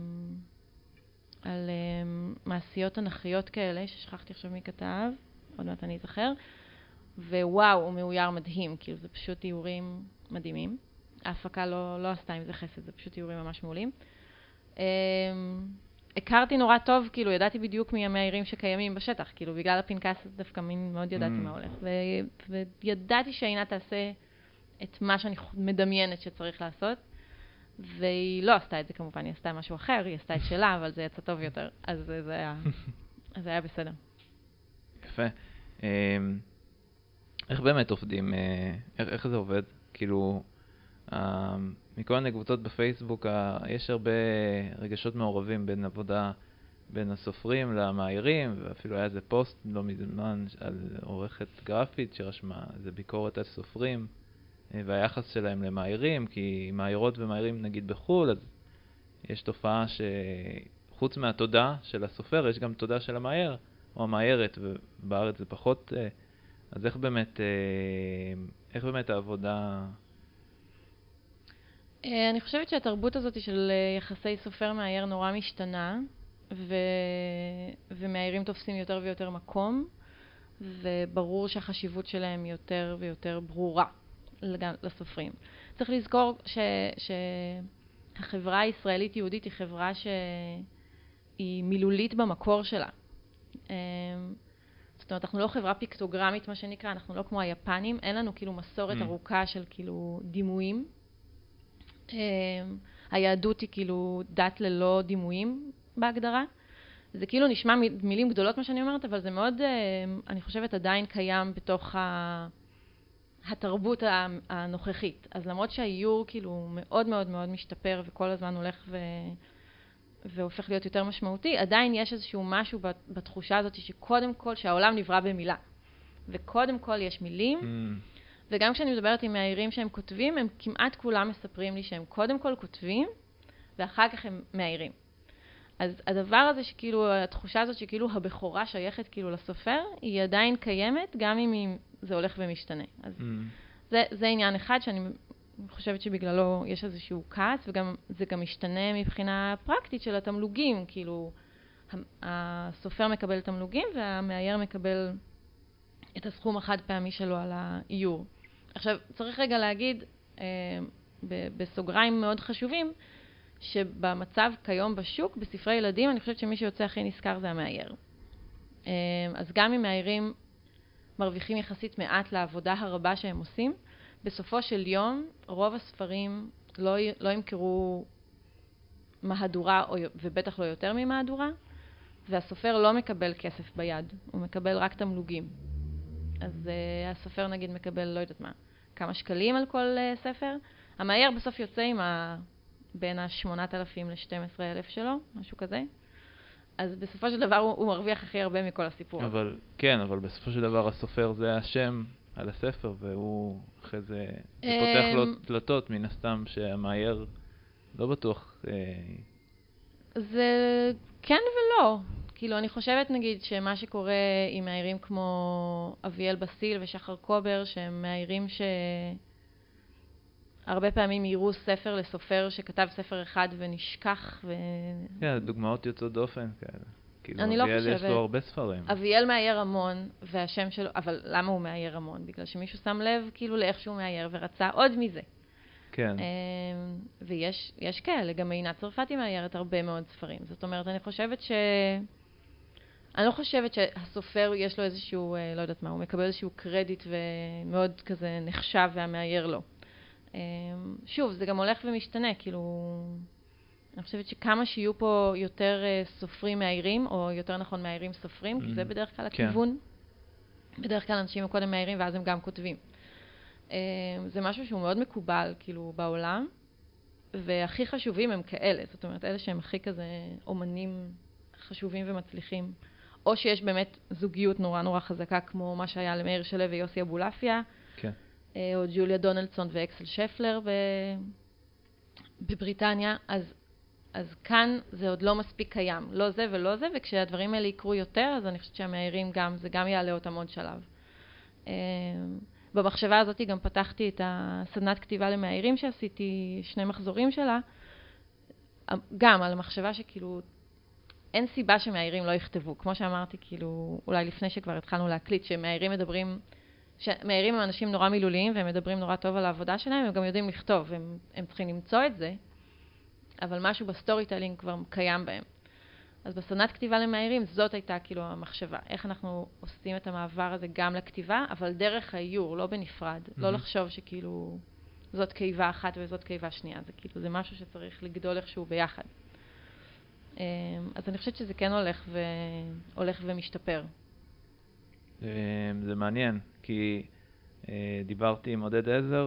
על מעשיות אנכיות כאלה, ששכחתי עכשיו מי כתב, עוד מעט אני אזכר, ווואו, הוא מאויר מדהים, כאילו זה פשוט תיאורים מדהימים. ההפקה לא, לא עשתה עם זה חסד, זה פשוט תיאורים ממש מעולים. הכרתי נורא טוב, כאילו, ידעתי בדיוק מי המאיירים שקיימים בשטח, כאילו, בגלל הפנקס דווקא מין מאוד ידעתי מה הולך. ו- וידעתי שעינת תעשה את מה שאני מדמיינת שצריך לעשות, והיא לא עשתה את זה כמובן, היא עשתה משהו אחר, היא עשתה את שלה, אבל זה יצא טוב יותר, אז זה היה, אז זה היה בסדר. יפה. איך באמת עובדים, איך, איך זה עובד? כאילו, מכל מיני קבוצות בפייסבוק, יש הרבה רגשות מעורבים בין עבודה, בין הסופרים למאיירים, ואפילו היה איזה פוסט לא מזמן על עורכת גרפית שרשמה איזה ביקורת על סופרים, והיחס שלהם למאיירים, כי מאיירות ומאיירים נגיד בחול, אז יש תופעה שחוץ מהתודה של הסופר, יש גם תודה של המאייר, או המאיירת, ובארץ זה פחות, אז איך באמת, איך באמת העבודה... אני חושבת שהתרבות הזאת של יחסי סופר-מאייר נורא משתנה, ו... ומאיירים תופסים יותר ויותר מקום, וברור שהחשיבות שלהם יותר ויותר ברורה לסופרים. צריך לזכור ש... שהחברה הישראלית-יהודית היא חברה שהיא מילולית במקור שלה. זאת אומרת, אנחנו לא חברה פיקטוגרמית, מה שנקרא, אנחנו לא כמו היפנים, אין לנו כאילו מסורת mm. ארוכה של כאילו דימויים. היהדות היא כאילו דת ללא דימויים בהגדרה. זה כאילו נשמע מילים גדולות מה שאני אומרת, אבל זה מאוד, אני חושבת, עדיין קיים בתוך התרבות הנוכחית. אז למרות שהאיור כאילו מאוד מאוד מאוד משתפר וכל הזמן הולך ו... והופך להיות יותר משמעותי, עדיין יש איזשהו משהו בתחושה הזאת שקודם כל, שהעולם נברא במילה. וקודם כל יש מילים, mm. וגם כשאני מדברת עם מאיירים שהם כותבים, הם כמעט כולם מספרים לי שהם קודם כל כותבים, ואחר כך הם מאיירים. אז הדבר הזה שכאילו, התחושה הזאת שכאילו הבכורה שייכת כאילו לסופר, היא עדיין קיימת, גם אם זה הולך ומשתנה. אז mm. זה, זה עניין אחד שאני חושבת שבגללו יש איזשהו כעס, וגם זה גם משתנה מבחינה פרקטית של התמלוגים, כאילו, הסופר מקבל תמלוגים, והמאייר מקבל את הסכום החד פעמי שלו על האיור. עכשיו, צריך רגע להגיד, אה, ב- בסוגריים מאוד חשובים, שבמצב כיום בשוק, בספרי ילדים, אני חושבת שמי שיוצא הכי נזכר זה המאייר. אה, אז גם אם מאיירים מרוויחים יחסית מעט לעבודה הרבה שהם עושים, בסופו של יום, רוב הספרים לא, לא ימכרו מהדורה, או, ובטח לא יותר ממהדורה, והסופר לא מקבל כסף ביד, הוא מקבל רק תמלוגים. אז uh, הסופר נגיד מקבל, לא יודעת מה, כמה שקלים על כל uh, ספר. המאייר בסוף יוצא עם ה... בין ה-שמונת אלפים ל-שנים עשר אלף שלו, משהו כזה. אז בסופו של דבר הוא, הוא מרוויח הכי הרבה מכל הסיפור. אבל, כן, אבל בסופו של דבר הסופר זה השם על הספר, והוא אחרי זה, זה פותח לו דלתות מן הסתם שהמאייר לא בטוח... אה... זה כן ולא. כאילו, אני חושבת, נגיד, שמה שקורה עם מאיירים כמו אביאל בסיל ושחר קובר, שהם מאיירים שהרבה פעמים יראו ספר לסופר שכתב ספר אחד ונשכח ו... כן, דוגמאות יוצאות דופן כאלה. כאילו, אני לא אביאל חושבת. יש לו הרבה ספרים. אביאל מאייר המון, והשם שלו... אבל למה הוא מאייר המון? בגלל שמישהו שם לב, כאילו, לאיך שהוא מאייר ורצה עוד מזה. כן. ויש יש כאלה, גם עינת צרפתי מאיירת הרבה מאוד ספרים. זאת אומרת, אני חושבת ש... אני לא חושבת שהסופר יש לו איזשהו, לא יודעת מה, הוא מקבל איזשהו קרדיט ומאוד כזה נחשב והמאייר לו. שוב, זה גם הולך ומשתנה, כאילו, אני חושבת שכמה שיהיו פה יותר סופרים מאיירים, או יותר נכון מאיירים סופרים, כי זה בדרך כלל הכיוון. בדרך כלל אנשים קודם מאיירים ואז הם גם כותבים. זה משהו שהוא מאוד מקובל, כאילו, בעולם, והכי חשובים הם כאלה, זאת אומרת, אלה שהם הכי כזה אומנים חשובים ומצליחים. או שיש באמת זוגיות נורא נורא חזקה, כמו מה שהיה למאיר שלו ויוסי אבולעפיה, כן. או ג'וליה דונלדסון ואקסל שפלר ב... בבריטניה, אז, אז כאן זה עוד לא מספיק קיים, לא זה ולא זה, וכשהדברים האלה יקרו יותר, אז אני חושבת שהמאיירים גם, זה גם יעלה אותם עוד שלב. במחשבה הזאת גם פתחתי את הסדנת כתיבה למאיירים שעשיתי, שני מחזורים שלה, גם על המחשבה שכאילו, אין סיבה שמאיירים לא יכתבו. כמו שאמרתי, כאילו, אולי לפני שכבר התחלנו להקליט, שמאיירים מדברים, שמאיירים הם אנשים נורא מילוליים, והם מדברים נורא טוב על העבודה שלהם, הם גם יודעים לכתוב, הם, הם צריכים למצוא את זה, אבל משהו בסטורי טיילינג כבר קיים בהם. אז בסדנת כתיבה למאיירים, זאת הייתה כאילו המחשבה. איך אנחנו עושים את המעבר הזה גם לכתיבה, אבל דרך האיור, לא בנפרד. Mm-hmm. לא לחשוב שכאילו זאת קיבה אחת וזאת קיבה שנייה. זה כאילו, זה משהו שצריך לגדול איכשהו ביחד. אז אני חושבת שזה כן הולך, ו... הולך ומשתפר. זה מעניין, כי דיברתי עם עודד עזר,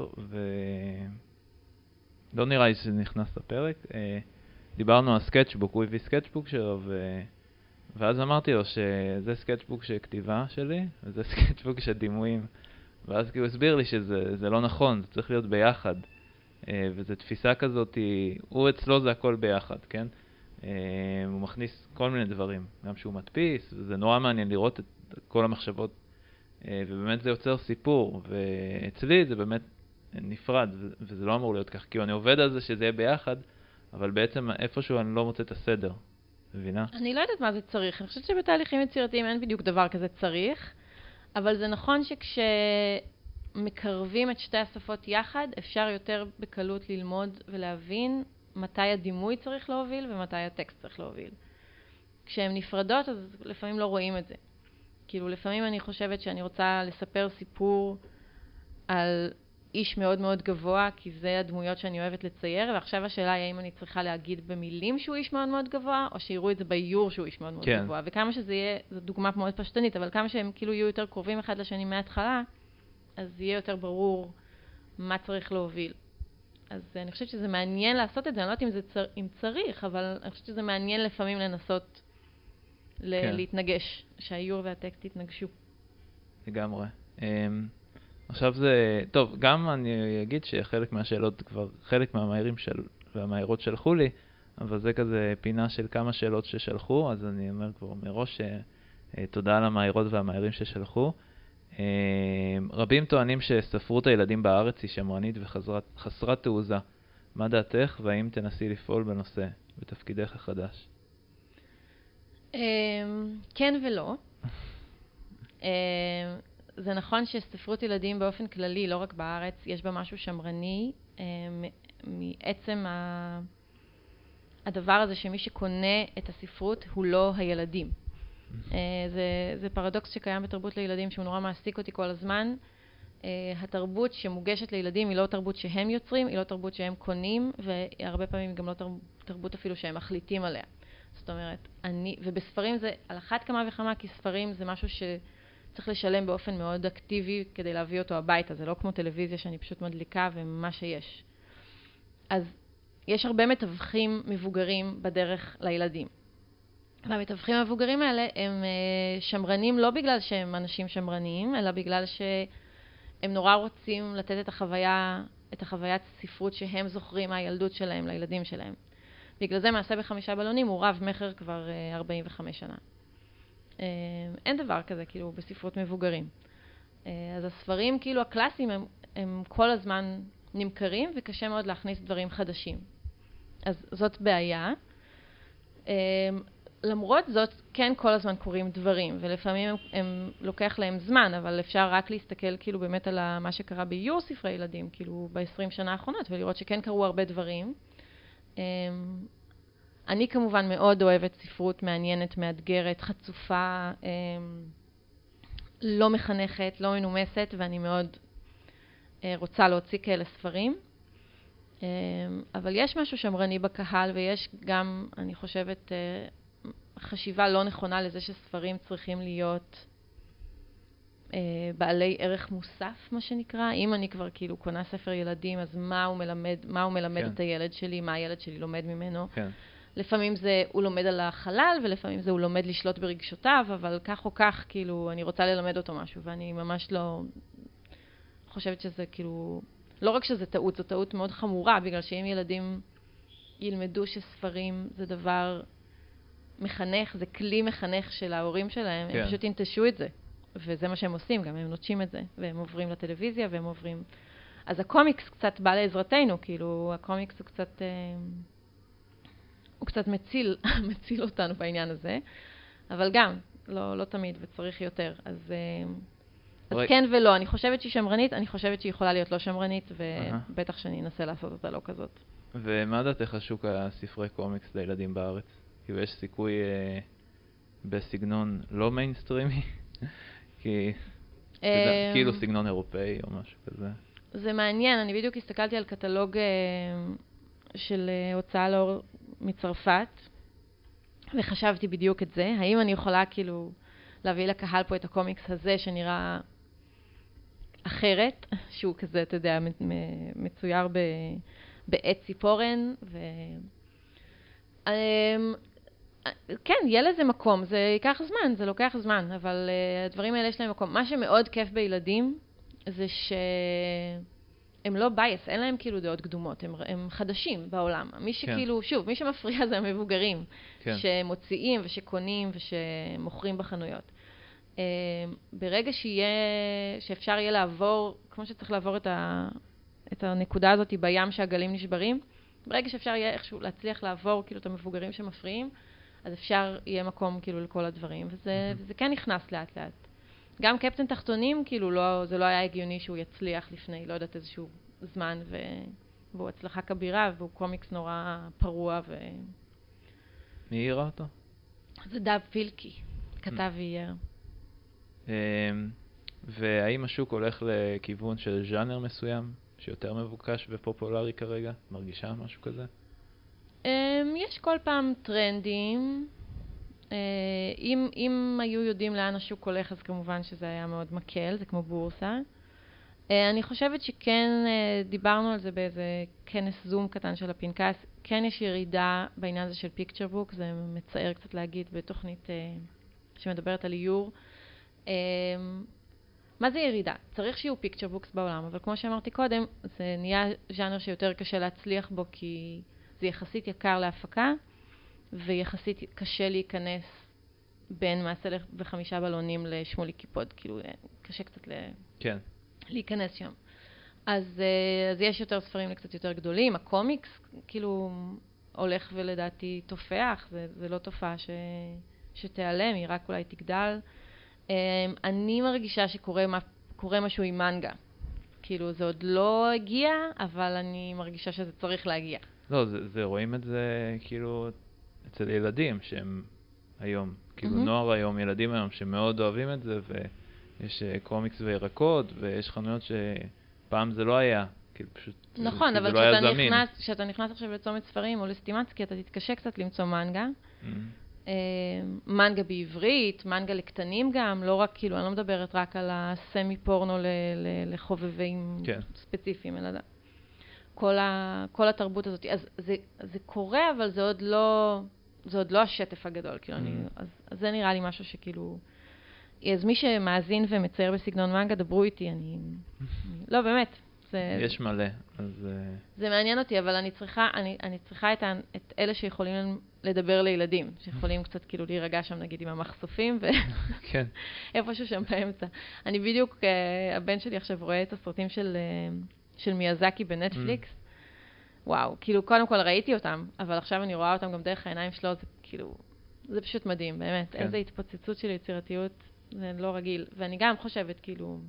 ולא נראה לי שזה נכנס לפרק. דיברנו על סקטשבוק, הוא הביא סקטשבוק שלו, ו... ואז אמרתי לו שזה סקטשבוק של כתיבה שלי, וזה סקטשבוק של דימויים. ואז כי הוא הסביר לי שזה לא נכון, זה צריך להיות ביחד. וזו תפיסה כזאת, הוא אצלו זה הכל ביחד, כן? הוא מכניס כל מיני דברים, גם שהוא מדפיס, וזה נורא מעניין לראות את כל המחשבות, ובאמת זה יוצר סיפור, ואצלי זה באמת נפרד, וזה לא אמור להיות כך, כי אני עובד על זה שזה יהיה ביחד, אבל בעצם איפשהו אני לא מוצא את הסדר, מבינה? אני לא יודעת מה זה צריך, אני חושבת שבתהליכים יצירתיים אין בדיוק דבר כזה צריך, אבל זה נכון שכשמקרבים את שתי השפות יחד, אפשר יותר בקלות ללמוד ולהבין מתי הדימוי צריך להוביל ומתי הטקסט צריך להוביל. כשהן נפרדות, אז לפעמים לא רואים את זה. כאילו, לפעמים אני חושבת שאני רוצה לספר סיפור על איש מאוד מאוד גבוה, כי זה הדמויות שאני אוהבת לצייר, ועכשיו השאלה היא האם אני צריכה להגיד במילים שהוא איש מאוד מאוד גבוה, או שיראו את זה באיור שהוא איש מאוד מאוד כן. גבוה. וכמה שזה יהיה, זו דוגמה מאוד פשטנית, אבל כמה שהם כאילו יהיו יותר קרובים אחד לשני מההתחלה, אז יהיה יותר ברור מה צריך להוביל. אז אני חושבת שזה מעניין לעשות את זה, אני לא יודעת אם, זה צר, אם צריך, אבל אני חושבת שזה מעניין לפעמים לנסות ל- כן. להתנגש, שהאיור והטקסט יתנגשו. לגמרי. Um, עכשיו זה, טוב, גם אני אגיד שחלק מהשאלות כבר, חלק מהמאיירים של, והמאיירות שלחו לי, אבל זה כזה פינה של כמה שאלות ששלחו, אז אני אומר כבר מראש uh, תודה למאיירות והמאיירים ששלחו. Uh, רבים טוענים שספרות הילדים בארץ היא שמרנית וחסרת תעוזה. מה דעתך והאם תנסי לפעול בנושא בתפקידך החדש? Um, כן ולא. um, זה נכון שספרות ילדים באופן כללי, לא רק בארץ, יש בה משהו שמרני, um, מעצם ה... הדבר הזה שמי שקונה את הספרות הוא לא הילדים. Uh, זה, זה פרדוקס שקיים בתרבות לילדים שהוא נורא מעסיק אותי כל הזמן. Uh, התרבות שמוגשת לילדים היא לא תרבות שהם יוצרים, היא לא תרבות שהם קונים, והרבה פעמים גם לא תרבות, תרבות אפילו שהם מחליטים עליה. זאת אומרת, אני, ובספרים זה על אחת כמה וכמה, כי ספרים זה משהו שצריך לשלם באופן מאוד אקטיבי כדי להביא אותו הביתה. זה לא כמו טלוויזיה שאני פשוט מדליקה ומה שיש. אז יש הרבה מתווכים מבוגרים בדרך לילדים. והמתווכים המבוגרים האלה הם שמרנים לא בגלל שהם אנשים שמרניים, אלא בגלל שהם נורא רוצים לתת את החוויה, את החוויית ספרות שהם זוכרים מהילדות שלהם לילדים שלהם. בגלל זה מעשה בחמישה בלונים הוא רב מחר כבר ארבעים וחמש שנה. אין דבר כזה כאילו בספרות מבוגרים. אז הספרים כאילו הקלאסיים הם, הם כל הזמן נמכרים וקשה מאוד להכניס דברים חדשים. אז זאת בעיה. למרות זאת, כן כל הזמן קוראים דברים, ולפעמים הם, הם לוקח להם זמן, אבל אפשר רק להסתכל כאילו באמת על מה שקרה באיור ספרי ילדים, כאילו ב-עשרים שנה האחרונות, ולראות שכן קרו הרבה דברים. אני כמובן מאוד אוהבת ספרות מעניינת, מאתגרת, חצופה, לא מחנכת, לא מנומסת, ואני מאוד רוצה להוציא כאלה ספרים. אבל יש משהו שמרני בקהל, ויש גם, אני חושבת, חשיבה לא נכונה לזה שספרים צריכים להיות בעלי ערך מוסף, מה שנקרא. אם אני כבר כאילו קונה ספר ילדים, אז מה הוא מלמד, מה הוא מלמד כן. את הילד שלי, מה הילד שלי לומד ממנו. כן. לפעמים זה הוא לומד על החלל, ולפעמים זה הוא לומד לשלוט ברגשותיו, אבל כך או כך, כאילו, אני רוצה ללמד אותו משהו, ואני ממש לא חושבת שזה כאילו, לא רק שזה טעות, זו טעות מאוד חמורה, בגלל שאם ילדים ילמדו שספרים זה דבר מחנך, זה כלי מחנך של ההורים שלהם, כן. הם פשוט ינטשו את זה. וזה מה שהם עושים, גם הם נוטשים את זה, והם עוברים לטלוויזיה, והם עוברים... אז הקומיקס קצת בא לעזרתנו, כאילו, הקומיקס הוא קצת... הוא קצת מציל, מציל אותנו בעניין הזה, אבל גם, לא, לא תמיד, וצריך יותר. אז, אז כן ולא, אני חושבת שהיא שמרנית, אני חושבת שהיא יכולה להיות לא שמרנית, ובטח שאני אנסה לעשות אותה לא כזאת. ומה דעתך שוק הספרי קומיקס לילדים בארץ? כאילו יש סיכוי אה, בסגנון לא מיינסטרימי, כי זה כאילו סגנון אירופאי או משהו כזה. זה מעניין, אני בדיוק הסתכלתי על קטלוג של הוצאה לאור מצרפת, וחשבתי בדיוק את זה. האם אני יכולה כאילו להביא לקהל פה את הקומיקס הזה שנראה אחרת, שהוא כזה, אתה יודע, מצויר בעץ ציפורן, ו... כן, יהיה לזה מקום, זה ייקח זמן, זה לוקח זמן, אבל הדברים האלה יש להם מקום. מה שמאוד כיף בילדים זה שהם לא בייס, אין להם כאילו דעות קדומות, הם, הם חדשים בעולם. מי שכאילו, כן. שוב, מי שמפריע זה המבוגרים, כן. שמוציאים ושקונים ושמוכרים בחנויות. ברגע שיהיה, שאפשר יהיה לעבור, כמו שצריך לעבור את, ה, את הנקודה הזאת בים שהגלים נשברים, ברגע שאפשר יהיה איכשהו להצליח לעבור כאילו את המבוגרים שמפריעים, אז אפשר יהיה מקום כאילו לכל הדברים, וזה, וזה כן נכנס לאט לאט. גם קפטן תחתונים, כאילו לא, זה לא היה הגיוני שהוא יצליח לפני, לא יודעת איזשהו זמן, ו... והוא הצלחה כבירה, והוא קומיקס נורא פרוע ו... מי העירה אותו? זה דאב פילקי, כתב ועייר. והאם השוק הולך לכיוון של ז'אנר מסוים, שיותר מבוקש ופופולרי כרגע? מרגישה משהו כזה? יש כל פעם טרנדים. אם, אם היו יודעים לאן השוק הולך, אז כמובן שזה היה מאוד מקל, זה כמו בורסה. אני חושבת שכן, דיברנו על זה באיזה כנס זום קטן של הפנקס, כן יש ירידה בעניין הזה של פיקצ'ר בוק, זה מצער קצת להגיד בתוכנית שמדברת על איור. מה זה ירידה? צריך שיהיו פיקצ'ר בוקס בעולם, אבל כמו שאמרתי קודם, זה נהיה ז'אנר שיותר קשה להצליח בו, כי זה יחסית יקר להפקה, ויחסית קשה להיכנס בין מעשה וחמישה בלונים לשמולי קיפוד, כאילו קשה קצת ל... כן. להיכנס שם. אז, אז יש יותר ספרים לקצת יותר גדולים, הקומיקס כאילו הולך ולדעתי תופח, זה, זה לא תופעה ש, שתיעלם, היא רק אולי תגדל. אני מרגישה שקורה מה, קורה משהו עם מנגה. כאילו זה עוד לא הגיע, אבל אני מרגישה שזה צריך להגיע. לא, זה, זה רואים את זה כאילו אצל ילדים שהם היום, כאילו mm-hmm. נוער היום, ילדים היום שמאוד אוהבים את זה, ויש קומיקס וירקות, ויש חנויות שפעם זה לא היה, כאילו פשוט נכון, זה, אבל לא כשאתה נכנס, כשאתה נכנס עכשיו לצומת ספרים או לסטימצקי, אתה תתקשה קצת למצוא מנגה. Mm-hmm. מנגה בעברית, מנגה לקטנים גם, לא רק, כאילו, אני לא מדברת רק על הסמי פורנו ל- ל- לחובבים כן. ספציפיים, אלא כל, ה- כל התרבות הזאת. אז זה, זה קורה, אבל זה עוד לא, זה עוד לא השטף הגדול, כאילו, mm. אני, אז, אז זה נראה לי משהו שכאילו, אז מי שמאזין ומצייר בסגנון מנגה, דברו איתי, אני, לא, באמת. זה, יש מלא, אז... זה מעניין אותי, אבל אני צריכה, אני, אני צריכה את, את אלה שיכולים לדבר לילדים, שיכולים קצת כאילו להירגע שם, נגיד, עם המחשופים, כן. ואיפשהו שם באמצע. אני בדיוק, הבן שלי עכשיו רואה את הסרטים של, של מיאזקי בנטפליקס. וואו, כאילו, קודם כל ראיתי אותם, אבל עכשיו אני רואה אותם גם דרך העיניים שלו, זה כאילו, זה פשוט מדהים, באמת. כן. איזו התפוצצות של יצירתיות, זה לא רגיל. ואני גם חושבת, כאילו...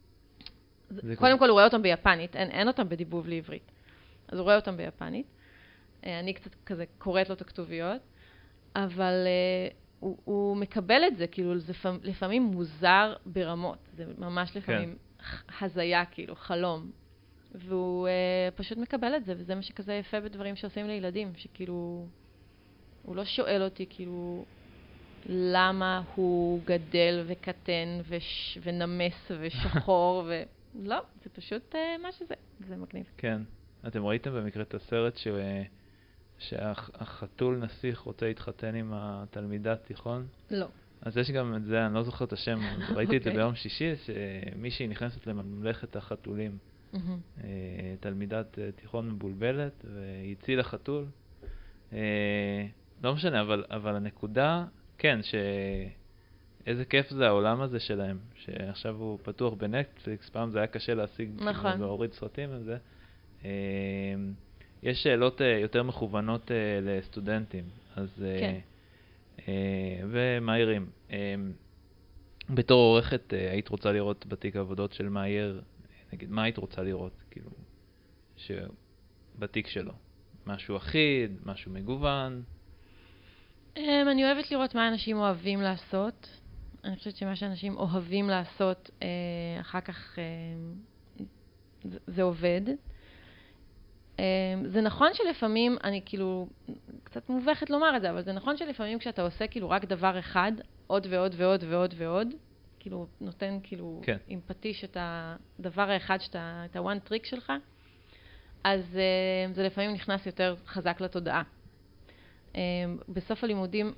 קודם כל הוא רואה אותם ביפנית, אין, אין אותם בדיבוב לעברית. אז הוא רואה אותם ביפנית. אני קצת כזה קוראת לו את הכתוביות, אבל uh, הוא, הוא מקבל את זה, כאילו זה לפעמים מוזר ברמות. זה ממש לפעמים כן. הזיה, כאילו, חלום. והוא uh, פשוט מקבל את זה, וזה מה שכזה יפה בדברים שעושים לילדים, שכאילו, הוא לא שואל אותי, כאילו, למה הוא גדל וקטן וש, ונמס ושחור ו... לא, זה פשוט uh, מה שזה, זה מגניב. כן. אתם ראיתם במקרה את הסרט ש... שהחתול נסיך רוצה להתחתן עם התלמידת תיכון? לא. אז יש גם את זה, אני לא זוכר את השם, ראיתי את זה ביום שישי, שמישהי נכנסת לממלכת החתולים. תלמידת תיכון מבולבלת, והיא הצילה חתול. לא משנה, אבל, אבל הנקודה, כן, ש... איזה כיף זה העולם הזה שלהם, שעכשיו הוא פתוח בנטפליקס, פעם זה היה קשה להשיג נכון. ולהוריד סרטים וזה. יש שאלות יותר מכוונות לסטודנטים, אז כן. ומאיירים. בתור עורכת, היית רוצה לראות בתיק העבודות של מאייר, נגיד, מה היית רוצה לראות, כאילו, שבתיק שלו? משהו אחיד, משהו מגוון? אני אוהבת לראות מה אנשים אוהבים לעשות. אני חושבת שמה שאנשים אוהבים לעשות, אחר כך זה עובד. זה נכון שלפעמים, אני כאילו, קצת מובכת לומר את זה, אבל זה נכון שלפעמים כשאתה עושה כאילו רק דבר אחד, עוד ועוד ועוד ועוד ועוד, כאילו נותן כאילו כן. עם פטיש את הדבר האחד, שאתה, את ה-one trick שלך, אז זה לפעמים נכנס יותר חזק לתודעה. בסוף הלימודים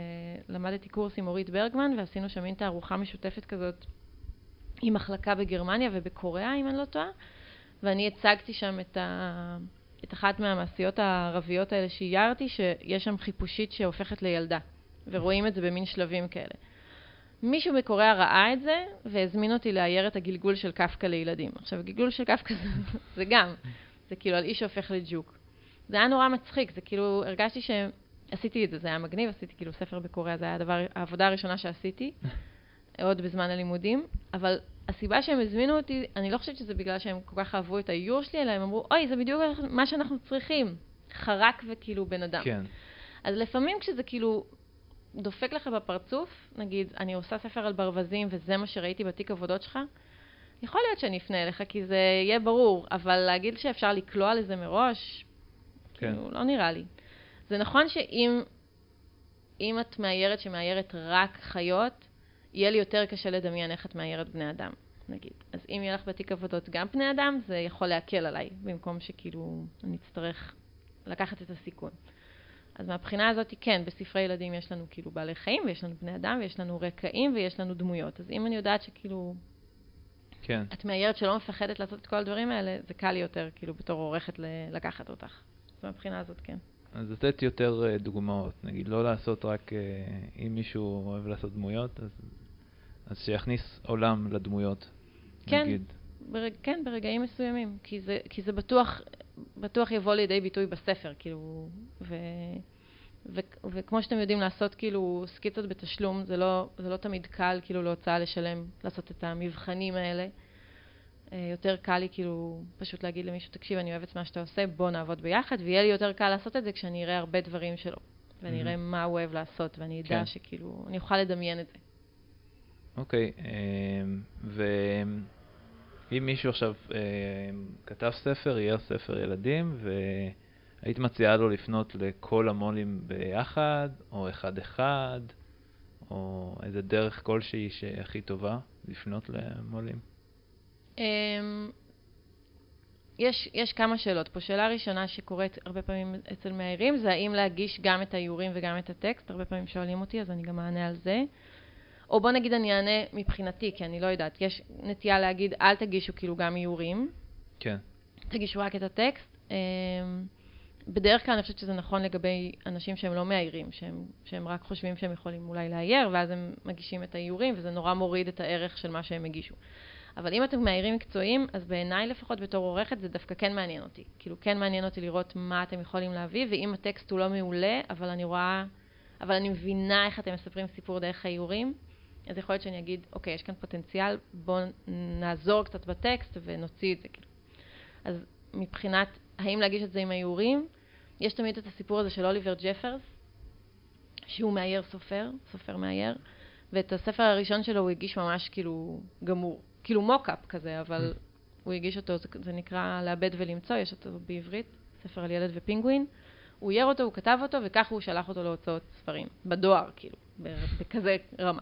למדתי קורס עם אורית ברגמן, ועשינו שם מין תערוכה משותפת כזאת עם מחלקה בגרמניה ובקוריאה, אם אני לא טועה, ואני הצגתי שם את, ה... את אחת מהמעשיות הערביות האלה שאיירתי, שיש שם חיפושית שהופכת לילדה, ורואים את זה במין שלבים כאלה. מישהו בקוריאה ראה את זה, והזמין אותי לאייר את הגלגול של קפקא לילדים. עכשיו, הגלגול של קפקא זה, זה גם, זה כאילו על איש שהופך לג'וק. זה היה נורא מצחיק, זה כאילו, הרגשתי שעשיתי את זה, זה היה מגניב, עשיתי כאילו ספר בקוריאה, זה היה הדבר, העבודה הראשונה שעשיתי, עוד בזמן הלימודים, אבל הסיבה שהם הזמינו אותי, אני לא חושבת שזה בגלל שהם כל כך אהבו את האיור שלי, אלא הם אמרו, אוי, זה בדיוק מה שאנחנו צריכים, חרק וכאילו בן אדם. כן. אז לפעמים כשזה כאילו דופק לך בפרצוף, נגיד, אני עושה ספר על ברווזים, וזה מה שראיתי בתיק עבודות שלך, יכול להיות שאני אפנה אליך, כי זה יהיה ברור, אבל להגיד שאפשר לקלוע לזה מראש, כן. כאילו, לא נראה לי. זה נכון שאם אם את מאיירת שמאיירת רק חיות, יהיה לי יותר קשה לדמיין איך את מאיירת בני אדם, נגיד. אז אם יהיה לך בתיק עבודות גם בני אדם, זה יכול להקל עליי, במקום שכאילו אני אצטרך לקחת את הסיכון. אז מהבחינה הזאת, כן, בספרי ילדים יש לנו כאילו בעלי חיים, ויש לנו בני אדם, ויש לנו רקעים, ויש לנו דמויות. אז אם אני יודעת שכאילו כן. את מאיירת שלא מפחדת לעשות את כל הדברים האלה, זה קל לי יותר, כאילו, בתור עורכת לקחת אותך. אז מהבחינה הזאת, כן. אז לתת יותר דוגמאות, נגיד, לא לעשות רק, אם מישהו אוהב לעשות דמויות, אז, אז שיכניס עולם לדמויות, כן, נגיד. ברג, כן, ברגעים מסוימים, כי זה, כי זה בטוח, בטוח יבוא לידי ביטוי בספר, כאילו, ו, ו, וכמו שאתם יודעים לעשות, כאילו, סקיצות בתשלום, זה לא, זה לא תמיד קל, כאילו, להוצאה לשלם, לעשות את המבחנים האלה. יותר קל לי כאילו פשוט להגיד למישהו, תקשיב, אני אוהבת מה שאתה עושה, בוא נעבוד ביחד, ויהיה לי יותר קל לעשות את זה כשאני אראה הרבה דברים שלו, ואני אראה מה הוא אוהב לעשות, ואני אדע שכאילו, אני אוכל לדמיין את זה. אוקיי, ואם מישהו עכשיו כתב ספר, יהיה ספר ילדים, והיית מציעה לו לפנות לכל המו"לים ביחד, או אחד-אחד, או איזה דרך כלשהי שהכי טובה לפנות למו"לים? יש, יש כמה שאלות פה. שאלה ראשונה שקורית הרבה פעמים אצל מאיירים, זה האם להגיש גם את האיורים וגם את הטקסט. הרבה פעמים שואלים אותי, אז אני גם אענה על זה. או בוא נגיד אני אענה מבחינתי, כי אני לא יודעת. יש נטייה להגיד, אל תגישו כאילו גם איורים. כן. תגישו רק את הטקסט. בדרך כלל אני חושבת שזה נכון לגבי אנשים שהם לא מאיירים, שהם, שהם רק חושבים שהם יכולים אולי לאייר, ואז הם מגישים את האיורים, וזה נורא מוריד את הערך של מה שהם הגישו. אבל אם אתם מאיירים מקצועיים, אז בעיניי לפחות בתור עורכת זה דווקא כן מעניין אותי. כאילו כן מעניין אותי לראות מה אתם יכולים להביא, ואם הטקסט הוא לא מעולה, אבל אני רואה, אבל אני מבינה איך אתם מספרים סיפור דרך האיורים, אז יכול להיות שאני אגיד, אוקיי, יש כאן פוטנציאל, בואו נעזור קצת בטקסט ונוציא את זה. כאילו. אז מבחינת, האם להגיש את זה עם האיורים? יש תמיד את הסיפור הזה של אוליבר ג'פרס, שהוא מאייר סופר, סופר מאייר, ואת הספר הראשון שלו הוא הגיש ממש כאילו גמור. כאילו מוקאפ כזה, אבל הוא הגיש אותו, זה, זה נקרא לאבד ולמצוא, יש אותו בעברית, ספר על ילד ופינגווין. הוא אייר אותו, הוא כתב אותו, וכך הוא שלח אותו להוצאות ספרים, בדואר, כאילו, בכזה רמה.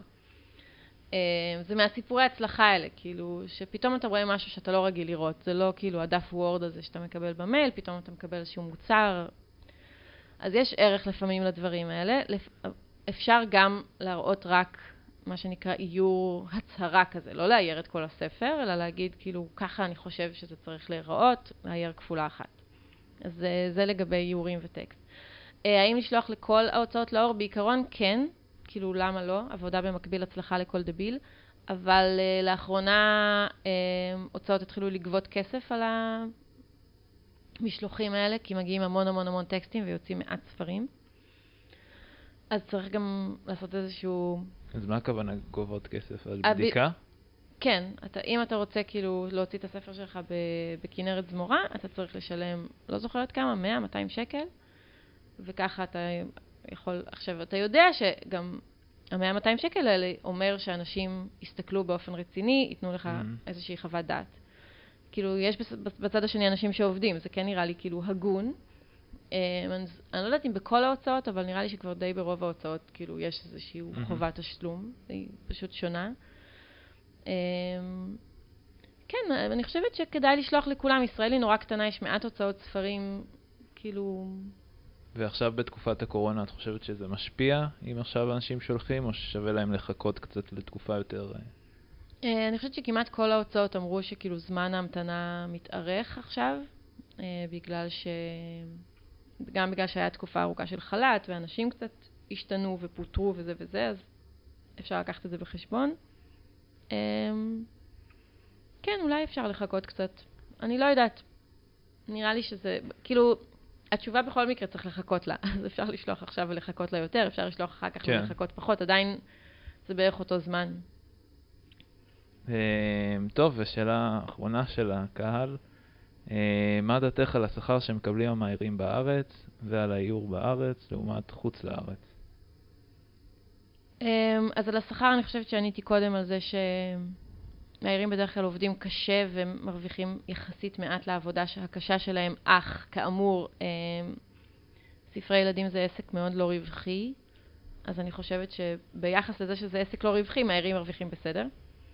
זה מהסיפורי ההצלחה האלה, כאילו, שפתאום אתה רואה משהו שאתה לא רגיל לראות, זה לא כאילו הדף וורד הזה שאתה מקבל במייל, פתאום אתה מקבל איזשהו מוצר. אז יש ערך לפעמים לדברים האלה. אפשר גם להראות רק מה שנקרא איור הצהרה כזה, לא לאייר את כל הספר, אלא להגיד כאילו ככה אני חושב שזה צריך להיראות, לאייר כפולה אחת. אז זה, זה לגבי איורים וטקסט. האם לשלוח לכל ההוצאות לאור? בעיקרון כן, כאילו למה לא, עבודה במקביל הצלחה לכל דביל, אבל לאחרונה הוצאות התחילו לגבות כסף על המשלוחים האלה, כי מגיעים המון המון המון טקסטים ויוצאים מעט ספרים. אז צריך גם לעשות איזשהו... אז מה הכוונה גובות כסף? על בדיקה? כן. אתה, אם אתה רוצה כאילו להוציא את הספר שלך בכנרת זמורה, אתה צריך לשלם, לא זוכרת כמה, מאה, מאתיים שקל, וככה אתה יכול, עכשיו, אתה יודע שגם ה-מאה מאתיים שקל האלה אומר שאנשים יסתכלו באופן רציני, ייתנו לך mm-hmm. איזושהי חוות דעת. כאילו, יש בצד השני אנשים שעובדים, זה כן נראה לי כאילו הגון. אני לא יודעת אם בכל ההוצאות, אבל נראה לי שכבר די ברוב ההוצאות, כאילו, יש איזושהי mm-hmm. חובת תשלום, היא פשוט שונה. כן, אני חושבת שכדאי לשלוח לכולם, ישראלי נורא קטנה, יש מעט הוצאות ספרים, כאילו... ועכשיו בתקופת הקורונה, את חושבת שזה משפיע, אם עכשיו אנשים שולחים, או ששווה להם לחכות קצת לתקופה יותר... אני חושבת שכמעט כל ההוצאות אמרו שכאילו זמן ההמתנה מתארך עכשיו, בגלל ש... גם בגלל שהיה תקופה ארוכה של חל"ת, ואנשים קצת השתנו ופוטרו וזה וזה, אז אפשר לקחת את זה בחשבון. כן, אולי אפשר לחכות קצת. אני לא יודעת. נראה לי שזה, כאילו, התשובה בכל מקרה צריך לחכות לה. אז אפשר לשלוח עכשיו ולחכות לה יותר, אפשר לשלוח אחר כך כן. ולחכות פחות. עדיין זה בערך אותו זמן. טוב, ושאלה האחרונה של הקהל. מה דעתך על השכר שמקבלים המאיירים בארץ ועל האיור בארץ לעומת חוץ לארץ? אז על השכר אני חושבת שעניתי קודם על זה שמאיירים בדרך כלל עובדים קשה ומרוויחים יחסית מעט לעבודה הקשה שלהם, אך כאמור ספרי ילדים זה עסק מאוד לא רווחי, אז אני חושבת שביחס לזה שזה עסק לא רווחי, מאיירים מרוויחים בסדר.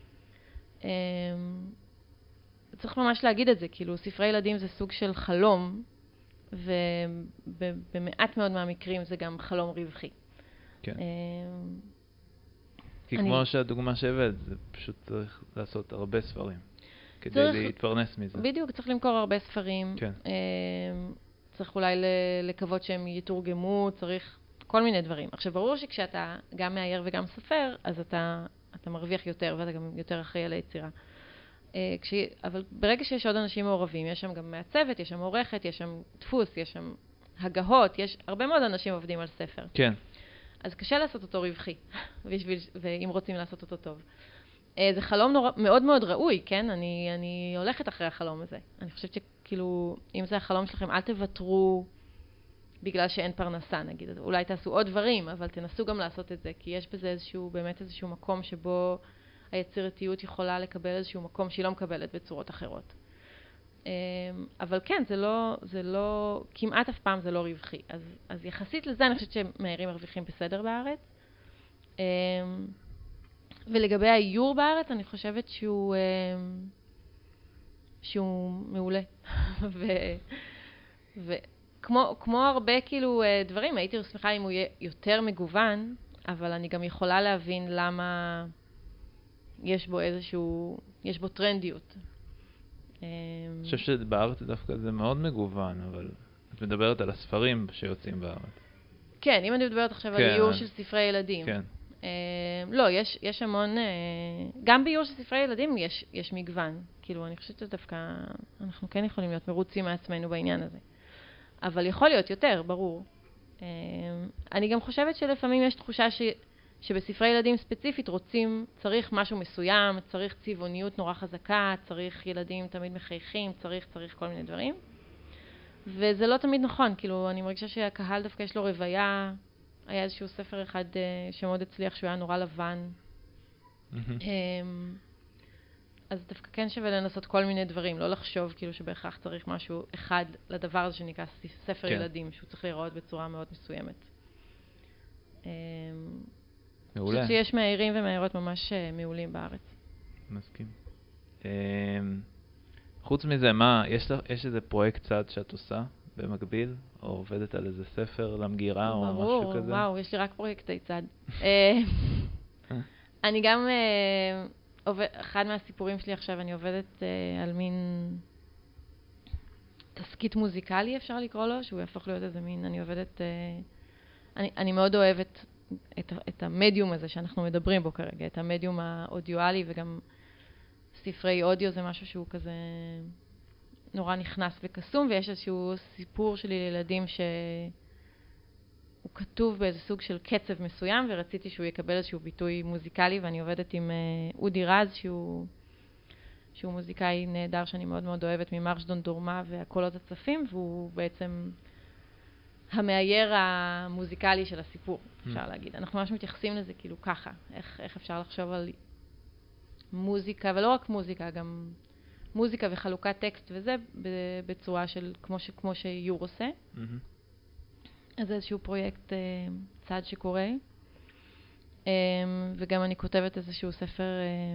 צריך ממש להגיד את זה, כאילו ספרי ילדים זה סוג של חלום, ובמעט מאוד מהמקרים זה גם חלום רווחי. כן. כי כמו שהדוגמה שהבאת, זה פשוט צריך לעשות הרבה ספרים, כדי להתפרנס מזה. בדיוק, צריך למכור הרבה ספרים. כן. צריך אולי לקוות שהם יתורגמו, צריך כל מיני דברים. עכשיו, ברור שכשאתה גם מאייר וגם סופר, אז אתה, אתה מרוויח יותר, ואתה גם יותר אחראי על היצירה. כש... אבל ברגע שיש עוד אנשים מעורבים, יש שם גם מעצבת, יש שם עורכת, יש שם דפוס, יש שם הגהות, יש הרבה מאוד אנשים עובדים על ספר. כן. אז קשה לעשות אותו רווחי, בשביל, ואם רוצים לעשות אותו טוב. זה חלום נורא, מאוד מאוד ראוי, כן? אני, אני הולכת אחרי החלום הזה. אני חושבת שכאילו, אם זה החלום שלכם, אל תוותרו בגלל שאין פרנסה, נגיד. אולי תעשו עוד דברים, אבל תנסו גם לעשות את זה, כי יש בזה איזשהו, באמת איזשהו מקום שבו היצירתיות יכולה לקבל איזשהו מקום שהיא לא מקבלת בצורות אחרות. אבל כן, זה לא, זה לא, כמעט אף פעם זה לא רווחי. אז, אז יחסית לזה אני חושבת שמאיירים מרוויחים בסדר בארץ. ולגבי האיור בארץ, אני חושבת שהוא, שהוא מעולה. ו, וכמו, כמו הרבה כאילו דברים, הייתי שמחה אם הוא יהיה יותר מגוון, אבל אני גם יכולה להבין למה יש בו איזשהו, יש בו טרנדיות. אני חושב שבארץ דווקא זה מאוד מגוון, אבל את מדברת על הספרים שיוצאים בארץ. כן, אם אני מדברת עכשיו על איור של ספרי ילדים. כן. לא, יש, יש המון, גם באיור של ספרי ילדים יש, יש מגוון. כאילו, אני חושבת שדווקא אנחנו כן יכולים להיות מרוצים מעצמנו בעניין הזה. אבל יכול להיות יותר, ברור. אני גם חושבת שלפעמים יש תחושה ש... שבספרי ילדים ספציפית רוצים, צריך משהו מסוים, צריך צבעוניות נורא חזקה, צריך ילדים תמיד מחייכים, צריך, צריך כל מיני דברים. וזה לא תמיד נכון, כאילו, אני מרגישה שהקהל דווקא יש לו רוויה, היה איזשהו ספר אחד uh, שמאוד הצליח, שהוא היה נורא לבן. Mm-hmm. Um, אז דווקא כן שווה לנסות כל מיני דברים, לא לחשוב כאילו שבהכרח צריך משהו אחד לדבר הזה שנקרא ספר כן. ילדים, שהוא צריך להיראות בצורה מאוד מסוימת. Um, מעולה. אני חושבת שיש מאיירים ומאיירות ממש מעולים בארץ. מסכים. חוץ מזה, מה, יש, יש איזה פרויקט צד שאת עושה במקביל? או עובדת על איזה ספר למגירה או משהו כזה? ברור, וואו, יש לי רק פרויקטי צד. אני גם, אחד מהסיפורים שלי עכשיו, אני עובדת על מין תסקית מוזיקלי, אפשר לקרוא לו, שהוא יהפוך להיות איזה מין, אני עובדת, אני, אני מאוד אוהבת את, את המדיום הזה שאנחנו מדברים בו כרגע, את המדיום האודיואלי, וגם ספרי אודיו זה משהו שהוא כזה נורא נכנס וקסום, ויש איזשהו סיפור שלי לילדים שהוא כתוב באיזה סוג של קצב מסוים, ורציתי שהוא יקבל איזשהו ביטוי מוזיקלי, ואני עובדת עם אודי רז, שהוא, שהוא מוזיקאי נהדר שאני מאוד מאוד אוהבת, ממרש דון דורמה והקולות הצפים, והוא בעצם המאייר המוזיקלי של הסיפור, אפשר להגיד. אנחנו ממש מתייחסים לזה כאילו ככה, איך, איך אפשר לחשוב על מוזיקה, ולא רק מוזיקה, גם מוזיקה וחלוקת טקסט וזה, בצורה של כמו, ש, כמו שיור עושה. Mm-hmm. אז זה איזשהו פרויקט צעד שקורה. וגם אני כותבת איזשהו ספר,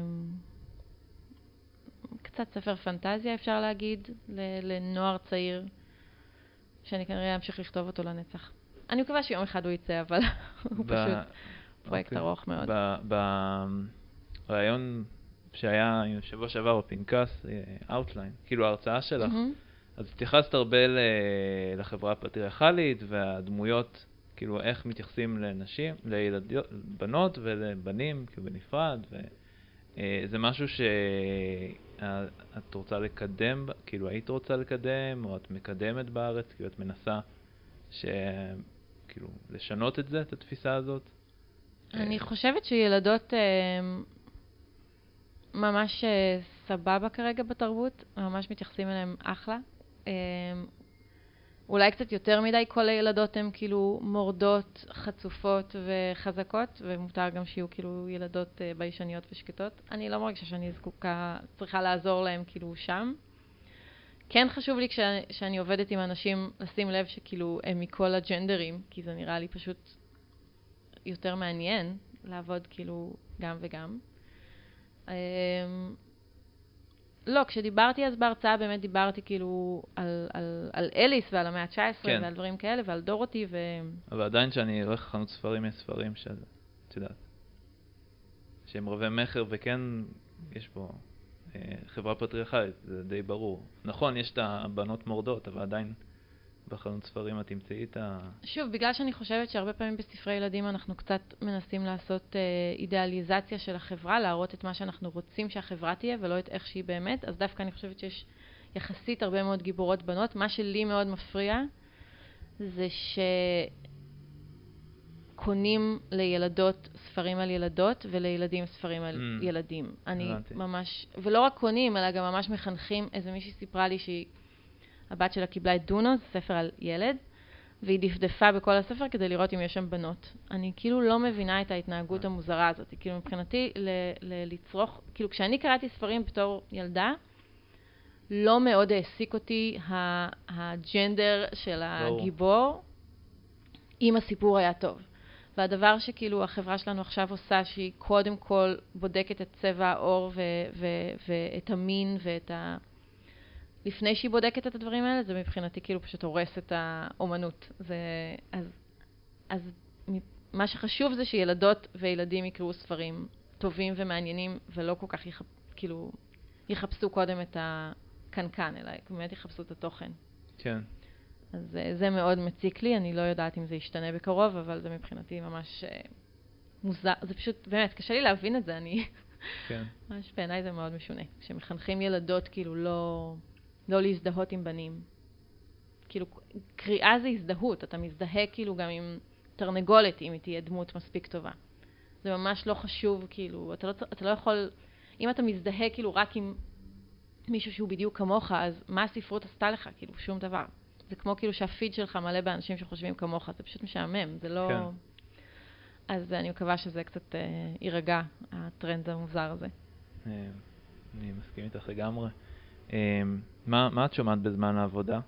קצת ספר פנטזיה אפשר להגיד, לנוער צעיר, שאני כנראה אמשיך לכתוב אותו לנצח. אני מקווה שיום אחד הוא יצא, אבל הוא פשוט פרויקט ארוך מאוד. ברעיון שהיה שבוע שעבר בפנקס, אאוטליין, כאילו ההרצאה שלך, אז התייחסת הרבה לחברה הפטריארכלית והדמויות, כאילו איך מתייחסים לנשים, לבנות ולבנים, כאילו בנפרד, וזה משהו שאת רוצה לקדם, כאילו היית רוצה לקדם, או את מקדמת בארץ, כאילו את מנסה כאילו לשנות את זה, את התפיסה הזאת? אני חושבת שילדות ממש סבבה כרגע בתרבות, ממש מתייחסים אליהם אחלה. אולי קצת יותר מדי, כל הילדות הן כאילו מורדות, חצופות וחזקות, ומותר גם שיהיו כאילו ילדות ביישניות ושקטות. אני לא מרגישה שאני זקוקה, צריכה לעזור להם כאילו שם. כן חשוב לי כשאני, כשאני עובדת עם אנשים לשים לב שכאילו הם מכל הג'נדרים, כי זה נראה לי פשוט יותר מעניין לעבוד כאילו גם וגם. לא, כשדיברתי אז בהרצאה באמת דיברתי כאילו על, על, על אליס ועל המאה ה-תשע עשרה כן. ועל דברים כאלה ועל דורותי ו... אבל עדיין שאני הולך לחנות ספרים, יש ספרים שזה, את יודעת, שהם רבי מחר וכן יש פה אה, חברה פטריארכלית, זה די ברור. נכון, יש את הבנות מורדות, אבל עדיין בחנות ספרים את תמצאי את ה... שוב, בגלל שאני חושבת שהרבה פעמים בספרי ילדים אנחנו קצת מנסים לעשות אה, אידיאליזציה של החברה, להראות את מה שאנחנו רוצים שהחברה תהיה ולא את איך שהיא באמת, אז דווקא אני חושבת שיש יחסית הרבה מאוד גיבורות בנות. מה שלי מאוד מפריע זה שקונים לילדות ספרים על ילדות ולילדים ספרים על mm. ילדים. אני הבנתי. ממש, ולא רק קונים, אלא גם ממש מחנכים. איזה מישהי סיפרה לי שהיא הבת שלה קיבלה את דונו, זה ספר על ילד, והיא דפדפה בכל הספר כדי לראות אם יש שם בנות. אני כאילו לא מבינה את ההתנהגות המוזרה הזאת. כאילו מבחינתי ל- ל- לצרוך, כאילו כשאני קראתי ספרים בתור ילדה, לא מאוד העסיק אותי הג'נדר של הגיבור, אם הסיפור היה טוב. והדבר שכאילו החברה שלנו עכשיו עושה, שהיא קודם כל בודקת את צבע העור ו- ו- ואת המין ואת ה... לפני שהיא בודקת את הדברים האלה, זה מבחינתי כאילו פשוט הורס את האומנות. זה, אז, אז מה שחשוב זה שילדות וילדים יקראו ספרים טובים ומעניינים, ולא כל כך יחפ, כאילו, יחפשו קודם את הקנקן, אלא באמת יחפשו את התוכן. כן. אז זה, זה מאוד מציק לי, אני לא יודעת אם זה ישתנה בקרוב, אבל זה מבחינתי ממש מוזר. זה פשוט, באמת, קשה לי להבין את זה, אני... כן. ממש בעיניי זה מאוד משונה. כשמחנכים ילדות כאילו לא... לא להזדהות עם בנים. כאילו, קריאה זה הזדהות. אתה מזדהה כאילו גם עם תרנגולת, אם היא תהיה דמות מספיק טובה. זה ממש לא חשוב, כאילו, אתה לא, אתה לא יכול... אם אתה מזדהה כאילו רק עם מישהו שהוא בדיוק כמוך, אז מה הספרות עשתה לך? כאילו, שום דבר. זה כמו כאילו שהפיד שלך מלא באנשים שחושבים כמוך. זה פשוט משעמם. זה לא... כן. אז אני מקווה שזה קצת אה, יירגע, הטרנד המוזר הזה. אני מסכים איתך לגמרי. מה, מה את שומעת בזמן העבודה?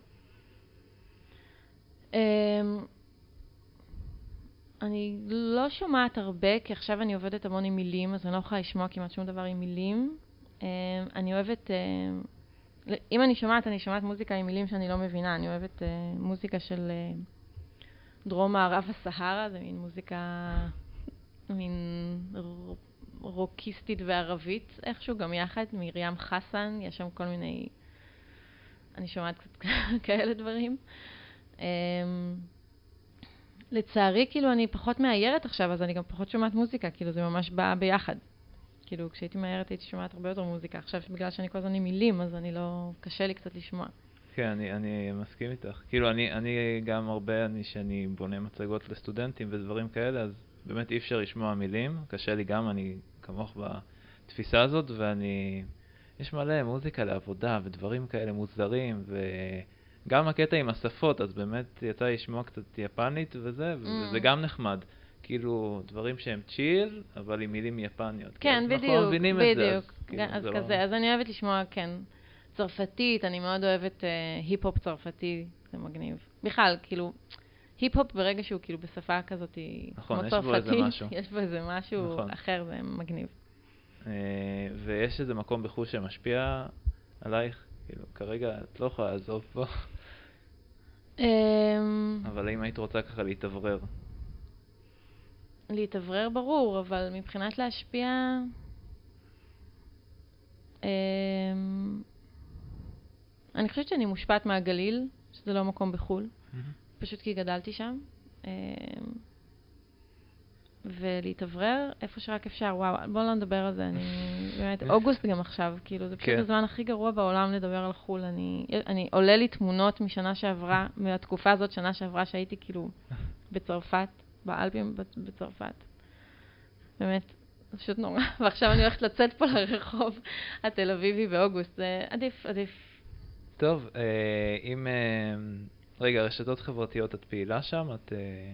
אני לא שומעת הרבה, כי עכשיו אני עובדת המון עם מילים, אז אני לא יכולה לשמוע כמעט שום דבר עם מילים. אני אוהבת, אם אני שומעת, אני שומעת מוזיקה עם מילים שאני לא מבינה. אני אוהבת מוזיקה של דרום מערב הסהרה, זה מין מוזיקה, מין רוקיסטית וערבית, איכשהו גם יחד, מרים חסן, יש שם כל מיני, אני שומעת קצת כאלה דברים. לצערי, כאילו, אני פחות מאיירת עכשיו, אז אני גם פחות שומעת מוזיקה, כאילו, זה ממש בא ביחד. כאילו, כשהייתי מאיירת, הייתי שומעת הרבה יותר מוזיקה. עכשיו, בגלל שאני כל הזמן עם מילים, אז אני לא, קשה לי קצת לשמוע. כן, אני, אני מסכים איתך. כאילו, אני, אני גם הרבה, אני, שאני בונה מצגות לסטודנטים ודברים כאלה, אז באמת אי אפשר לשמוע מילים. קשה לי גם, אני כמוך בתפיסה הזאת, ואני, יש מלא מוזיקה לעבודה ודברים כאלה מוזרים, גם הקטע עם השפות, אז באמת יצא לשמוע קצת יפנית וזה, וזה mm. גם נחמד. כאילו, דברים שהם צ'יל, אבל עם מילים יפניות. כן, בדיוק, נכון, מבינים בדיוק. את זה, אז, כאילו, אז זה כזה, לא... אז אני אוהבת לשמוע, כן, צרפתית, אני מאוד אוהבת uh, היפ-הופ צרפתי, זה מגניב. בכלל, כאילו, היפ-הופ ברגע שהוא כאילו בשפה כזאת, נכון, כמו יש צרפתית, בו איזה משהו. יש בו איזה משהו נכון. אחר, זה מגניב. Uh, ויש איזה מקום בחוש שמשפיע עלייך? כאילו, כרגע את לא יכולה לעזוב פה. אבל האם היית רוצה ככה להתאוורר? להתאוורר ברור, אבל מבחינת להשפיע... אני חושבת שאני מושפעת מהגליל, שזה לא מקום בחול. פשוט כי גדלתי שם. ולהתאוורר איפה שרק אפשר. וואו, בואו לא נדבר על זה. אני באמת, אוגוסט גם עכשיו, כאילו, זה פשוט הזמן הכי גרוע בעולם לדבר על חול. אני, אני עולה לי תמונות משנה שעברה, מהתקופה הזאת, שנה שעברה שהייתי כאילו בצרפת, באלפים בצרפת. באמת, זה פשוט נורא. ועכשיו אני הולכת לצאת פה לרחוב התל אביבי באוגוסט. זה עדיף, עדיף. טוב, אם... רגע, רשתות חברתיות, את פעילה שם? את...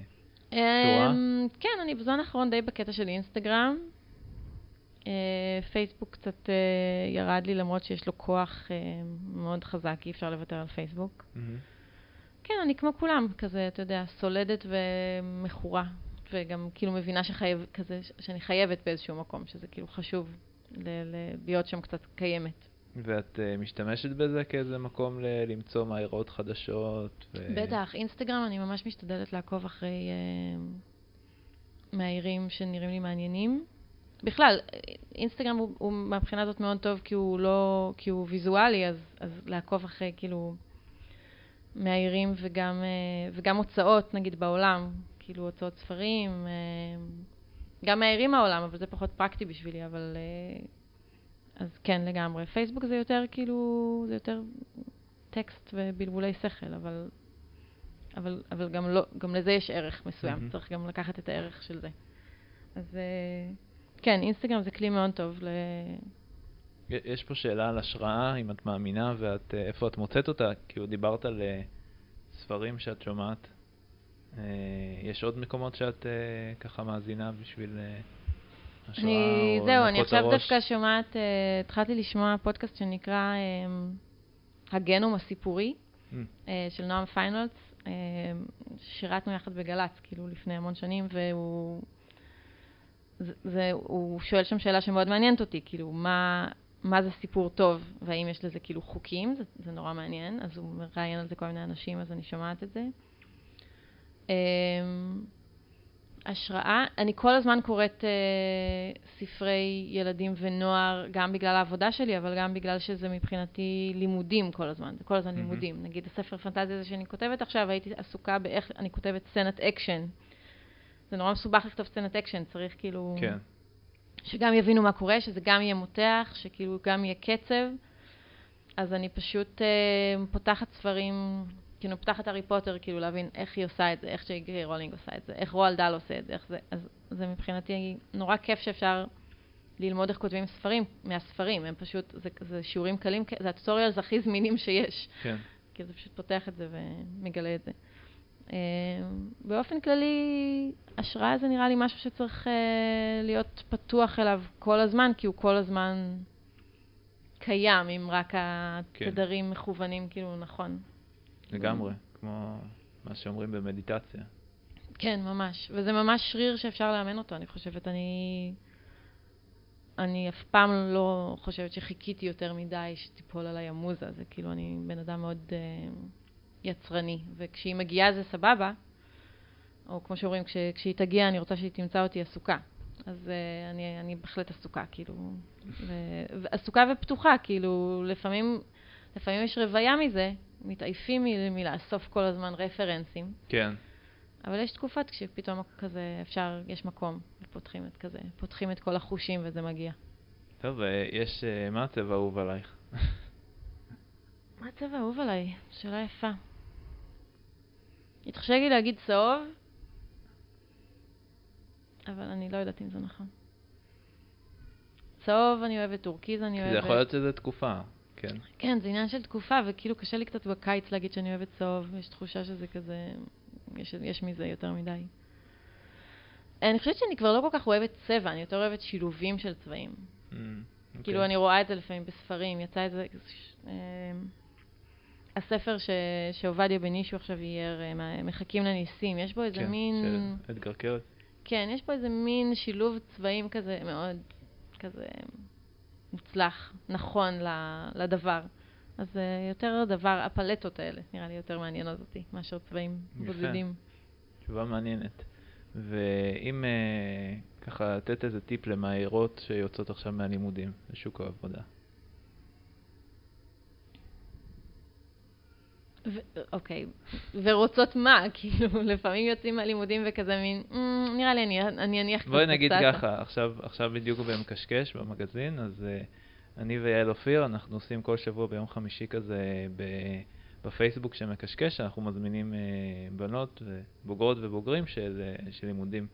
כן, אני בזמן האחרון די בקטע של אינסטגרם. פייסבוק קצת ירד לי, למרות שיש לו כוח מאוד חזק, אי אפשר לוותר על פייסבוק. כן, אני כמו כולם, כזה, אתה יודע, סולדת ומכורה, וגם כאילו מבינה שחייב, כזה, שאני חייבת באיזשהו מקום, שזה כאילו חשוב להיות שם קצת קיימת. ואת uh, משתמשת בזה כאיזה מקום ל- למצוא מהירות חדשות? ו... בטח, אינסטגרם אני ממש משתדלת לעקוב אחרי uh, מהירים שנראים לי מעניינים. בכלל, אינסטגרם הוא, הוא מהבחינה הזאת מאוד טוב כי הוא לא, כי הוא ויזואלי, אז, אז לעקוב אחרי כאילו מהירים וגם, uh, וגם הוצאות נגיד בעולם, כאילו הוצאות ספרים, uh, גם מהירים העולם, אבל זה פחות פרקטי בשבילי, אבל... Uh, אז כן, לגמרי. פייסבוק זה יותר כאילו, זה יותר טקסט ובלבולי שכל, אבל, אבל, אבל גם לא, גם לזה יש ערך מסוים. Mm-hmm. צריך גם לקחת את הערך של זה. אז כן, אינסטגרם זה כלי מאוד טוב ל... יש פה שאלה על השראה, אם את מאמינה, ואת, איפה את מוצאת אותה? כאילו דיברת על ספרים שאת שומעת. יש עוד מקומות שאת ככה מאזינה בשביל... אני, זהו, אני עכשיו דווקא שומעת, התחלתי לשמוע פודקאסט שנקרא הגנום הסיפורי, של נועם פיינולץ, שירתנו יחד בגלץ, כאילו לפני המון שנים, והוא זה, הוא שואל שם שאלה שמאוד מעניינת אותי, כאילו, מה, מה זה סיפור טוב, והאם יש לזה כאילו חוקים, זה, זה נורא מעניין, אז הוא מראיין על זה כל מיני אנשים, אז אני שומעת את זה. השראה, אני כל הזמן קוראת uh, ספרי ילדים ונוער, גם בגלל העבודה שלי, אבל גם בגלל שזה מבחינתי לימודים כל הזמן, זה כל הזמן mm-hmm. לימודים. נגיד, הספר פנטזיה הזה שאני כותבת עכשיו, הייתי עסוקה באיך אני כותבת סצנת אקשן. זה נורא מסובך לכתוב סצנת אקשן, צריך כאילו... כן. שגם יבינו מה קורה, שזה גם יהיה מותח, שכאילו גם יהיה קצב. אז אני פשוט uh, פותחת ספרים... כאילו, פתחת הארי פוטר, כאילו, להבין איך היא עושה את זה, איך ג'יי קיי רולינג עושה את זה, איך רואלד דאל עושה את זה, איך זה, אז זה מבחינתי נורא כיף שאפשר ללמוד איך כותבים ספרים, מהספרים, הם פשוט, זה, זה שיעורים קלים, זה הטוטוריאלס הכי זמינים שיש. כן. כי זה פשוט פותח את זה ומגלה את זה. באופן כללי, השראה זה נראה לי משהו שצריך להיות פתוח אליו כל הזמן, כי הוא כל הזמן קיים, אם רק התדרים מכוונים, כאילו, נכון. לגמרי, כמו מה שאומרים במדיטציה. כן, ממש. וזה ממש שריר שאפשר לאמן אותו, אני חושבת. אני אני אף פעם לא חושבת שחיכיתי יותר מדי שתיפול עליי המוזה. זה כאילו, אני בן אדם מאוד uh, יצרני. וכשהיא מגיעה זה סבבה, או כמו שאומרים, כש, כשהיא תגיע אני רוצה שהיא תמצא אותי עסוקה. אז uh, אני, אני בהחלט עסוקה, כאילו. ו, עסוקה ופתוחה, כאילו, לפעמים, לפעמים יש רוויה מזה, מתעייפים מ- מלאסוף כל הזמן רפרנסים. כן. אבל יש תקופות כשפתאום כזה אפשר, יש מקום, ופותחים את כזה, פותחים את כל החושים וזה מגיע. טוב, יש, מה הצבע אהוב עלייך? מה הצבע אהוב עליי? שאלה יפה. התחשק לי להגיד צהוב, אבל אני לא יודעת אם זה נכון. צהוב אני אוהבת, טורקיז אני אוהבת. זה יכול להיות שזה תקופה. כן. כן, זה עניין של תקופה, וכאילו קשה לי קצת בקיץ להגיד שאני אוהבת צהוב, יש תחושה שזה כזה, יש, יש מזה יותר מדי. אני חושבת שאני כבר לא כל כך אוהבת צבע, אני יותר אוהבת שילובים של צבעים. Mm, okay. כאילו אני רואה את זה לפעמים בספרים, יצא איזה... הספר ש... שעובדיה בנישו עכשיו אייר, מחכים לניסים, יש בו איזה כן, מין... של אדגר קרת. כן, יש פה איזה מין שילוב צבעים כזה מאוד, כזה מוצלח, נכון לדבר. אז יותר הדבר, הפלטות האלה, נראה לי יותר מעניינות אותי, מאשר צבעים בודדים. תשובה מעניינת. ואם uh, ככה לתת איזה טיפ למהירות שיוצאות עכשיו מהלימודים לשוק העבודה. אוקיי, ורוצות מה? כאילו, לפעמים יוצאים מהלימודים וכזה מין, נראה לי, אני אניח קצת. בואי נגיד ככה, עכשיו בדיוק במקשקש, במגזין, אז אני ויעל אופיר, אנחנו עושים כל שבוע ביום חמישי כזה בפייסבוק שמקשקש, אנחנו מזמינים בנות, בוגרות ובוגרים של לימודים.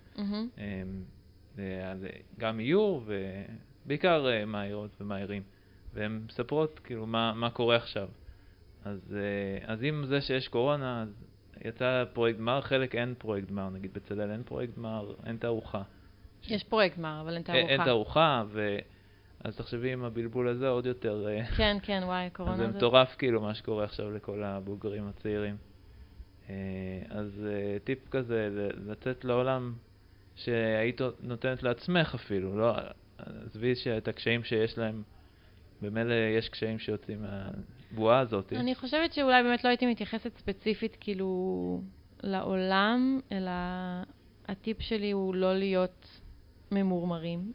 גם איור, ובעיקר מהירות ומהירים. והן מספרות, כאילו, מה קורה עכשיו. אז, אז אם זה שיש קורונה, אז יצא פרויקט גמר, חלק אין פרויקט גמר, נגיד בצלאל אין פרויקט גמר, אין תערוכה. יש פרויקט גמר, אבל אין תערוכה. אין תערוכה, ואז תחשבי עם הבלבול הזה עוד יותר... כן, כן, וואי, קורונה זה... זה מטורף כאילו מה שקורה עכשיו לכל הבוגרים הצעירים. אז טיפ כזה, לצאת לעולם שהיית נותנת לעצמך אפילו, לא... עזבי שאת הקשיים שיש להם, במילא יש קשיים שיוצאים מהבועה הזאת. אני חושבת שאולי באמת לא הייתי מתייחסת ספציפית כאילו לעולם, אלא הטיפ שלי הוא לא להיות ממורמרים.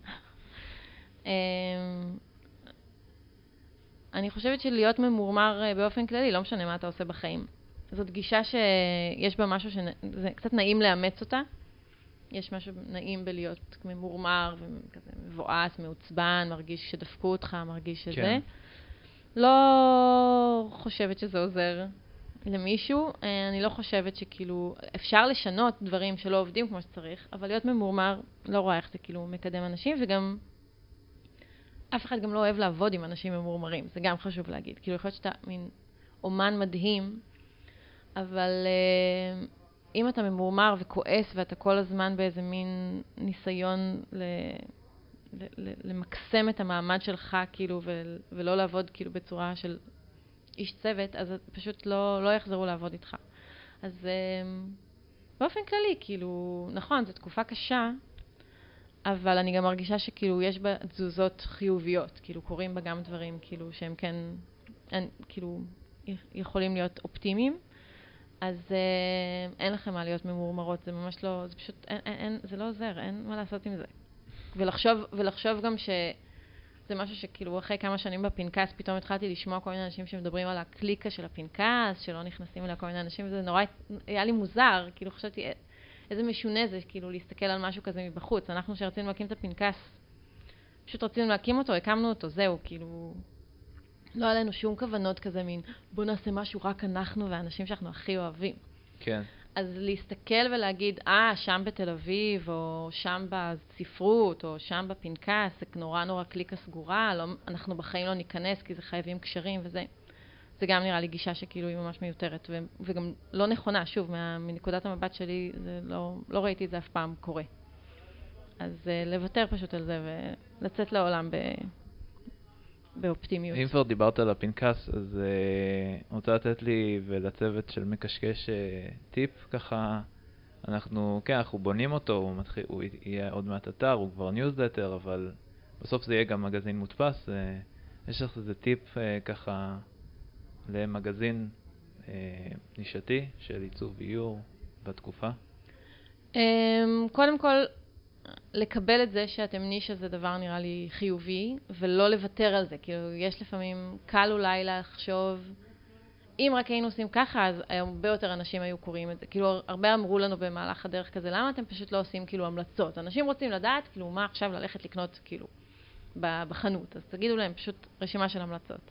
אני חושבת שלהיות ממורמר באופן כללי, לא משנה מה אתה עושה בחיים. זאת גישה שיש בה משהו שזה קצת נעים לאמץ אותה. יש משהו נעים בלהיות ממורמר וכזה מבועס, מעוצבן, מרגיש שדפקו אותך, מרגיש שזה. כן. לא חושבת שזה עוזר למישהו. אני לא חושבת שכאילו אפשר לשנות דברים שלא עובדים כמו שצריך, אבל להיות ממורמר לא רואה איך זה כאילו מקדם אנשים, וגם אף אחד גם לא אוהב לעבוד עם אנשים ממורמרים. זה גם חשוב להגיד. כאילו יכול להיות שאתה מין אומן מדהים, אבל... אם אתה ממורמר וכועס ואתה כל הזמן באיזה מין ניסיון ל... ל... ל... למקסם את המעמד שלך כאילו ו... ולא לעבוד כאילו בצורה של איש צוות, אז פשוט לא, לא יחזרו לעבוד איתך. אז באופן כללי, כאילו, נכון, זו תקופה קשה, אבל אני גם מרגישה שכאילו יש בה תזוזות חיוביות, כאילו קוראים בה גם דברים כאילו שהם כן, אין, כאילו, יכולים להיות אופטימיים. אז אה, אין לכם מה להיות ממורמרות, זה ממש לא, זה פשוט, אין, אין, אין, זה לא עוזר, אין מה לעשות עם זה. ולחשוב, ולחשוב גם שזה משהו שכאילו אחרי כמה שנים בפנקס, פתאום התחלתי לשמוע כל מיני אנשים שמדברים על הקליקה של הפנקס, שלא נכנסים אליה כל מיני אנשים, וזה נורא, היה לי מוזר, כאילו חשבתי איזה משונה זה, כאילו להסתכל על משהו כזה מבחוץ. אנחנו שרצינו להקים את הפנקס, פשוט רצינו להקים אותו, הקמנו אותו, זהו, כאילו... לא עלינו שום כוונות כזה מין, בוא נעשה משהו רק אנחנו והאנשים שאנחנו הכי אוהבים. כן. אז להסתכל ולהגיד, אה, שם בתל אביב, או שם בספרות, או שם בפנקס, זה נורא נורא קליקה סגורה, לא, אנחנו בחיים לא ניכנס כי זה חייבים קשרים וזה. זה גם נראה לי גישה שכאילו היא ממש מיותרת, ו- וגם לא נכונה, שוב, מה, מנקודת המבט שלי, זה לא, לא ראיתי את זה אף פעם קורה. אז uh, לוותר פשוט על זה ולצאת לעולם ב... באופטימיות. אם כבר דיברת על הפנקס, אז uh, רוצה לתת לי ולצוות של מקשקש uh, טיפ, ככה אנחנו, כן, אנחנו בונים אותו, הוא, מתחיל, הוא יהיה עוד מעט אתר, הוא כבר ניוזלטר, אבל בסוף זה יהיה גם מגזין מודפס. Uh, יש לך איזה טיפ uh, ככה למגזין uh, נישתי של עיצוב איור בתקופה? Um, קודם כל, לקבל את זה שאתם נישה זה דבר נראה לי חיובי, ולא לוותר על זה. כאילו, יש לפעמים קל אולי לחשוב, אם רק היינו עושים ככה, אז הרבה יותר אנשים היו קוראים את זה. כאילו, הרבה אמרו לנו במהלך הדרך כזה, למה אתם פשוט לא עושים כאילו המלצות? אנשים רוצים לדעת, כאילו, מה עכשיו ללכת לקנות, כאילו, בחנות. אז תגידו להם פשוט רשימה של המלצות.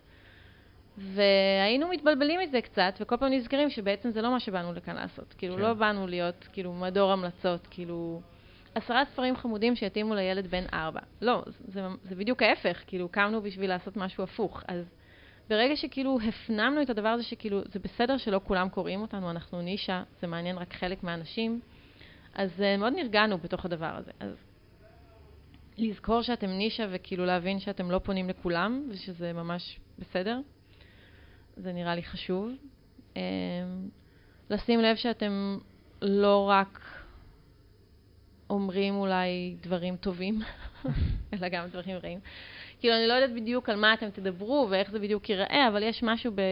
והיינו מתבלבלים מזה קצת, וכל פעם נזכרים שבעצם זה לא מה שבאנו לכאן לעשות. כאילו, כן. לא באנו להיות, כאילו, מדור המלצות, כאילו, עשרה ספרים חמודים שיתאימו לילד בן ארבע. לא, זה, זה בדיוק ההפך, כאילו, קמנו בשביל לעשות משהו הפוך. אז ברגע שכאילו הפנמנו את הדבר הזה שכאילו זה בסדר שלא כולם קוראים אותנו, אנחנו נישה, זה מעניין רק חלק מהאנשים, אז uh, מאוד נרגענו בתוך הדבר הזה. אז לזכור שאתם נישה וכאילו להבין שאתם לא פונים לכולם ושזה ממש בסדר, זה נראה לי חשוב. Um, לשים לב שאתם לא רק אומרים אולי דברים טובים, אלא גם דברים רעים. כאילו, אני לא יודעת בדיוק על מה אתם תדברו ואיך זה בדיוק ייראה, אבל יש משהו ב...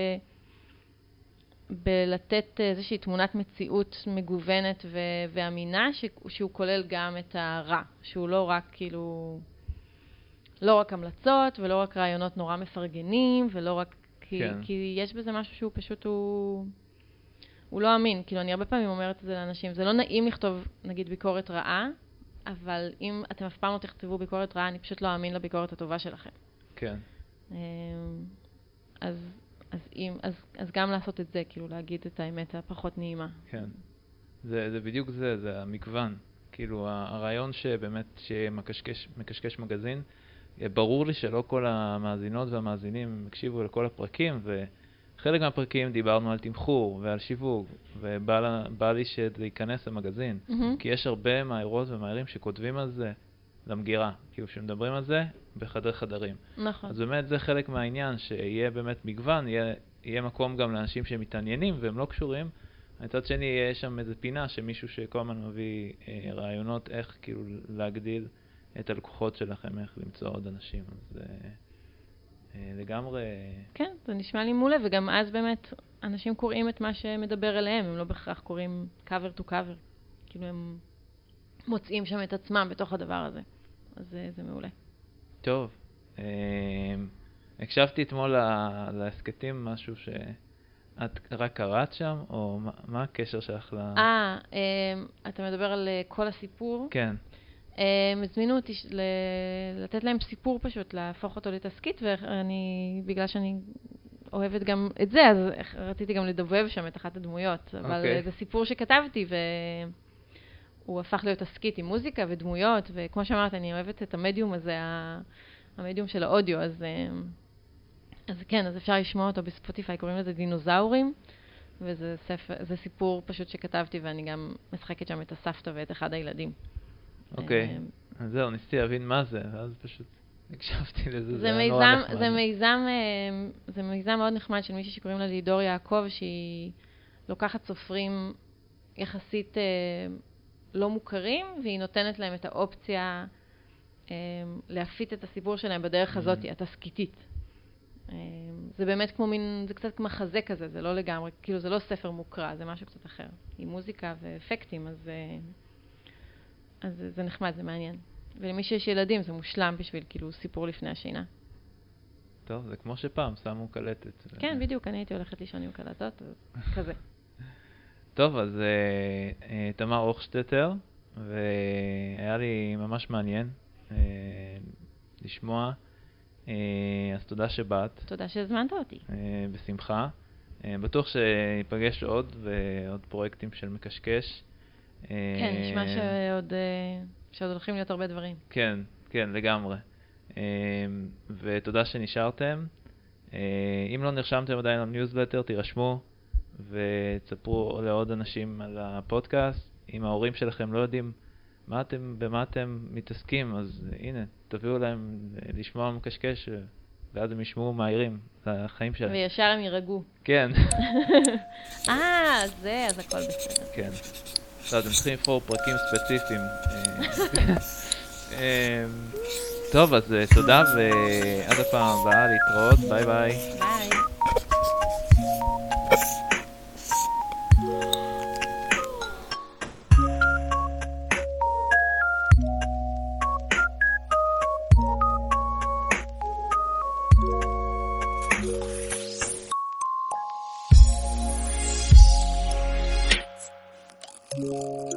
בלתת איזושהי תמונת מציאות מגוונת ו... ואמינה, ש... שהוא כולל גם את הרע, שהוא לא רק כאילו... לא רק המלצות ולא רק רעיונות נורא מפרגנים, ולא רק... כי, כן. כי יש בזה משהו שהוא פשוט הוא... הוא לא אמין. כאילו, אני הרבה פעמים אומרת את זה לאנשים. זה לא נעים לכתוב, נגיד, ביקורת רעה, אבל אם אתם אף פעם לא תכתבו ביקורת רעה, אני פשוט לא אאמין לביקורת הטובה שלכם. כן. אז, אז, אם, אז, אז גם לעשות את זה, כאילו, להגיד את האמת הפחות נעימה. כן. זה, זה בדיוק זה, זה המגוון. כאילו, הרעיון שבאמת שמקשקש, מקשקש מגזין, ברור לי שלא כל המאזינות והמאזינים הקשיבו לכל הפרקים, ו... חלק מהפרקים דיברנו על תמחור ועל שיווק, ובא לי שזה ייכנס למגזין, mm-hmm. כי יש הרבה מהירות ומהירים שכותבים על זה למגירה, כאילו שמדברים על זה בחדר חדרים. נכון. אז באמת זה חלק מהעניין, שיהיה באמת מגוון, יהיה, יהיה מקום גם לאנשים שמתעניינים והם לא קשורים. מצד שני, יהיה שם איזו פינה שמישהו שכל הזמן מביא אה, רעיונות איך כאילו להגדיל את הלקוחות שלכם, איך למצוא עוד אנשים. אז... אה, לגמרי... כן, זה נשמע לי מעולה, וגם אז באמת אנשים קוראים את מה שמדבר אליהם, הם לא בהכרח קוראים cover to cover. כאילו הם מוצאים שם את עצמם בתוך הדבר הזה. אז זה, זה מעולה. טוב. אה, הקשבתי אתמול להסקטים משהו שאת רק קראת שם, או מה, מה הקשר שלך ל... אה, אתה מדבר על כל הסיפור? כן. הם הזמינו אותי לתת להם סיפור פשוט, להפוך אותו לתסקית, ואני, בגלל שאני אוהבת גם את זה, אז רציתי גם לדובב שם את אחת הדמויות. אבל זה סיפור שכתבתי, והוא הפך להיות תסקית עם מוזיקה ודמויות, וכמו שאמרת, אני אוהבת את המדיום הזה, המדיום של האודיו, אז, אז כן, אז אפשר לשמוע אותו בספוטיפיי, קוראים לזה דינוזאורים, וזה ספר, זה סיפור פשוט שכתבתי, ואני גם משחקת שם את הסבתא ואת אחד הילדים. אוקיי, אז זהו, ניסיתי להבין מה זה, ואז פשוט הקשבתי לזה, זה היה נורא נחמד. זה מיזם, זה מיזם מאוד נחמד של מישהי שקוראים לה לידור יעקב, שהיא לוקחת סופרים יחסית לא מוכרים, והיא נותנת להם את האופציה להפיץ את הסיפור שלהם בדרך הזאת, התסקיתית. זה באמת כמו מין, זה קצת מחזה כזה, זה לא לגמרי, כאילו זה לא ספר מוקרא, זה משהו קצת אחר. עם מוזיקה ואפקטים, אז... אז זה נחמד, זה מעניין. ולמי שיש ילדים, זה מושלם בשביל כאילו סיפור לפני השינה. טוב, זה כמו שפעם, שמו קלטת. כן, בדיוק, אני הייתי הולכת לישון עם קלטות, כזה. טוב, אז uh, uh, תמר הוכשטטר, והיה לי ממש מעניין uh, לשמוע, uh, אז תודה שבאת. תודה שהזמנת אותי. Uh, בשמחה. Uh, בטוח שיפגש עוד ועוד פרויקטים של מקשקש. כן, נשמע שעוד, שעוד הולכים להיות הרבה דברים. כן, כן, לגמרי. ותודה שנשארתם. אם לא נרשמתם עדיין לניוזלטר, תירשמו ותספרו לעוד אנשים על הפודקאסט. אם ההורים שלכם לא יודעים מה אתם, במה אתם מתעסקים, אז הנה, תביאו להם לשמוע מקשקש, ואז הם ישמעו מהירים לחיים שלהם. וישר הם ירגעו. כן. אה, זה, אז הכל בסדר. כן. לא, אתם צריכים לבחור פרקים ספציפיים. טוב, אז תודה, ועד הפעם הבאה, להתראות, ביי ביי. ביי.